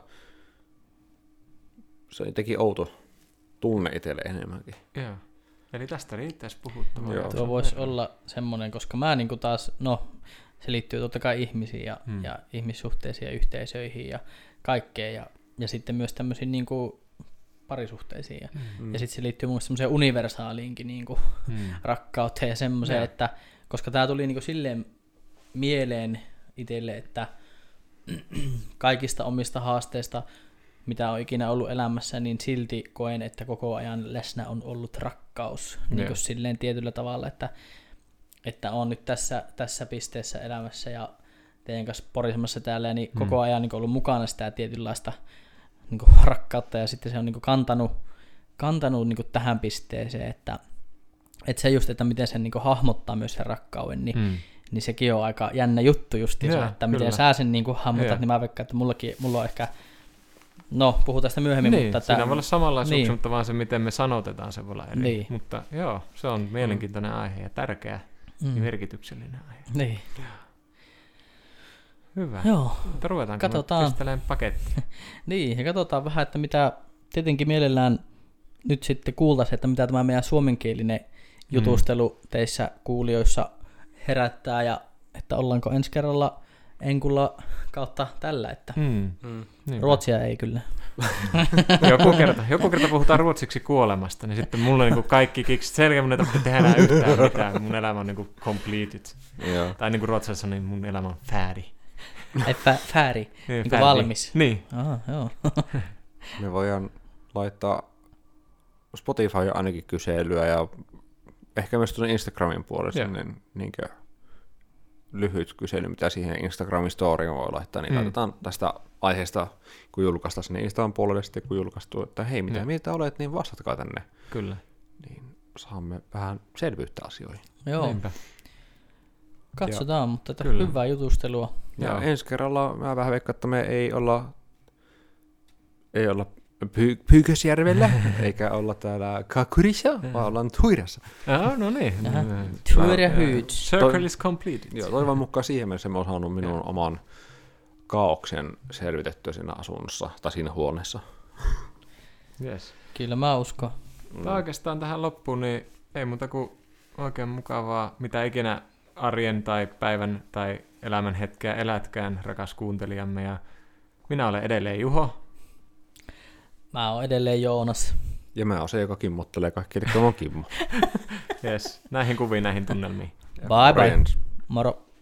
Se on jotenkin outo tunne itselle enemmänkin. Joo. Eli tästä riittäisi puhuttavaa. Joo. Tuo voisi olla semmoinen, koska mä niin kuin taas, se liittyy totta kai ihmisiin ja ihmissuhteisiin ja yhteisöihin ja kaikkeen ja sitten myös tämmöisiin niin kuin parisuhteisiin. Ja sitten se liittyy mun mielestä semmoiseen universaaliinkin niin kuin rakkauteen ja semmoiseen, että koska tää tuli niin kuin silleen mieleen itselle, että kaikista omista haasteista, mitä on ikinä ollut elämässä, niin silti koen, että koko ajan läsnä on ollut rakkaus. Niin kuin silleen tietyllä tavalla, että on nyt tässä pisteessä elämässä ja teidän kanssa porisemassa täällä, niin koko ajan niin ollut mukana sitä tietynlaista niin rakkautta, ja sitten se on niin kantanut niin tähän pisteeseen, että se just, että miten se niin hahmottaa myös sen rakkauden, niin sekin on aika jännä juttu justiinsa, että miten sä sen niin hahmotat, niin mä veikkaan, että mulla on ehkä, puhutaan sitä myöhemmin. Niin, mutta siinä voi olla samanlaisuuksia, mutta vaan se, miten me sanotetaan, se voi olla eri. Niin. Mutta joo, se on mielenkiintoinen aihe ja tärkeä ja merkityksellinen aihe. Niin. Hyvä. Joo. Mutta ruvetaanko pistelemään pakettia? Niin, ja katsotaan vähän, että mitä tietenkin mielellään nyt sitten kuultaisiin, että mitä tämä meidän suomenkielinen jutustelu teissä kuulijoissa herättää, ja että ollaanko ensi kerralla enkulla kautta tällä, että ruotsia ei kyllä. Joku kerta puhutaan ruotsiksi kuolemasta, niin sitten mulla on niin kaikki kiksit selkeä, mun ei tarvitse tehdä enää yhtään mitään, mun elämä on niin completed. Tai niin kuin ruotsalaisessa, niin mun elämä on fääri. Fääri, niin kuin valmis. Niin. Joo. Me voidaan laittaa Spotify ainakin kyselyä ja ehkä myös tuonne Instagramin puolelle niin lyhyt kysely, mitä siihen Instagramin storyin voi laittaa, niin laitetaan tästä aiheesta, kun julkaistaan sinne Instagram puolelle sitten, kun julkaistuu, että hei, mitä mieltä olet, niin vastatkaa tänne. Kyllä. Niin saamme vähän selvyyttä asioihin. Joo. Niinpä. Katsotaan, mutta hyvää jutustelua. Ja ensi kerralla mä vähän veikkaan, että me ei olla Pyykösjärvellä, eikä olla täällä Kakurissa, vaan ollaan Tuirassa. No niin. Tuir ja Hyyt. Circle is completed. Joo, toivon mukaan siihen mielessä mä oon saanut minun oman kaaoksen selvitettyä siinä asunnossa, tai siinä huoneessa. Yes. Kyllä mä uskon. Oikeastaan tähän loppuun, niin ei muuta kuin oikein mukavaa, mitä ikinä arjen tai päivän tai elämän hetkeä elätkään, rakas kuuntelijamme. Ja minä olen edelleen Juho. Mä oon edelleen Joonas. Ja mä oon se, joka kimmottelee kaikki, eli on Kimmo. Yes. Näihin kuviin, näihin tunnelmiin. Bye bye. Moro.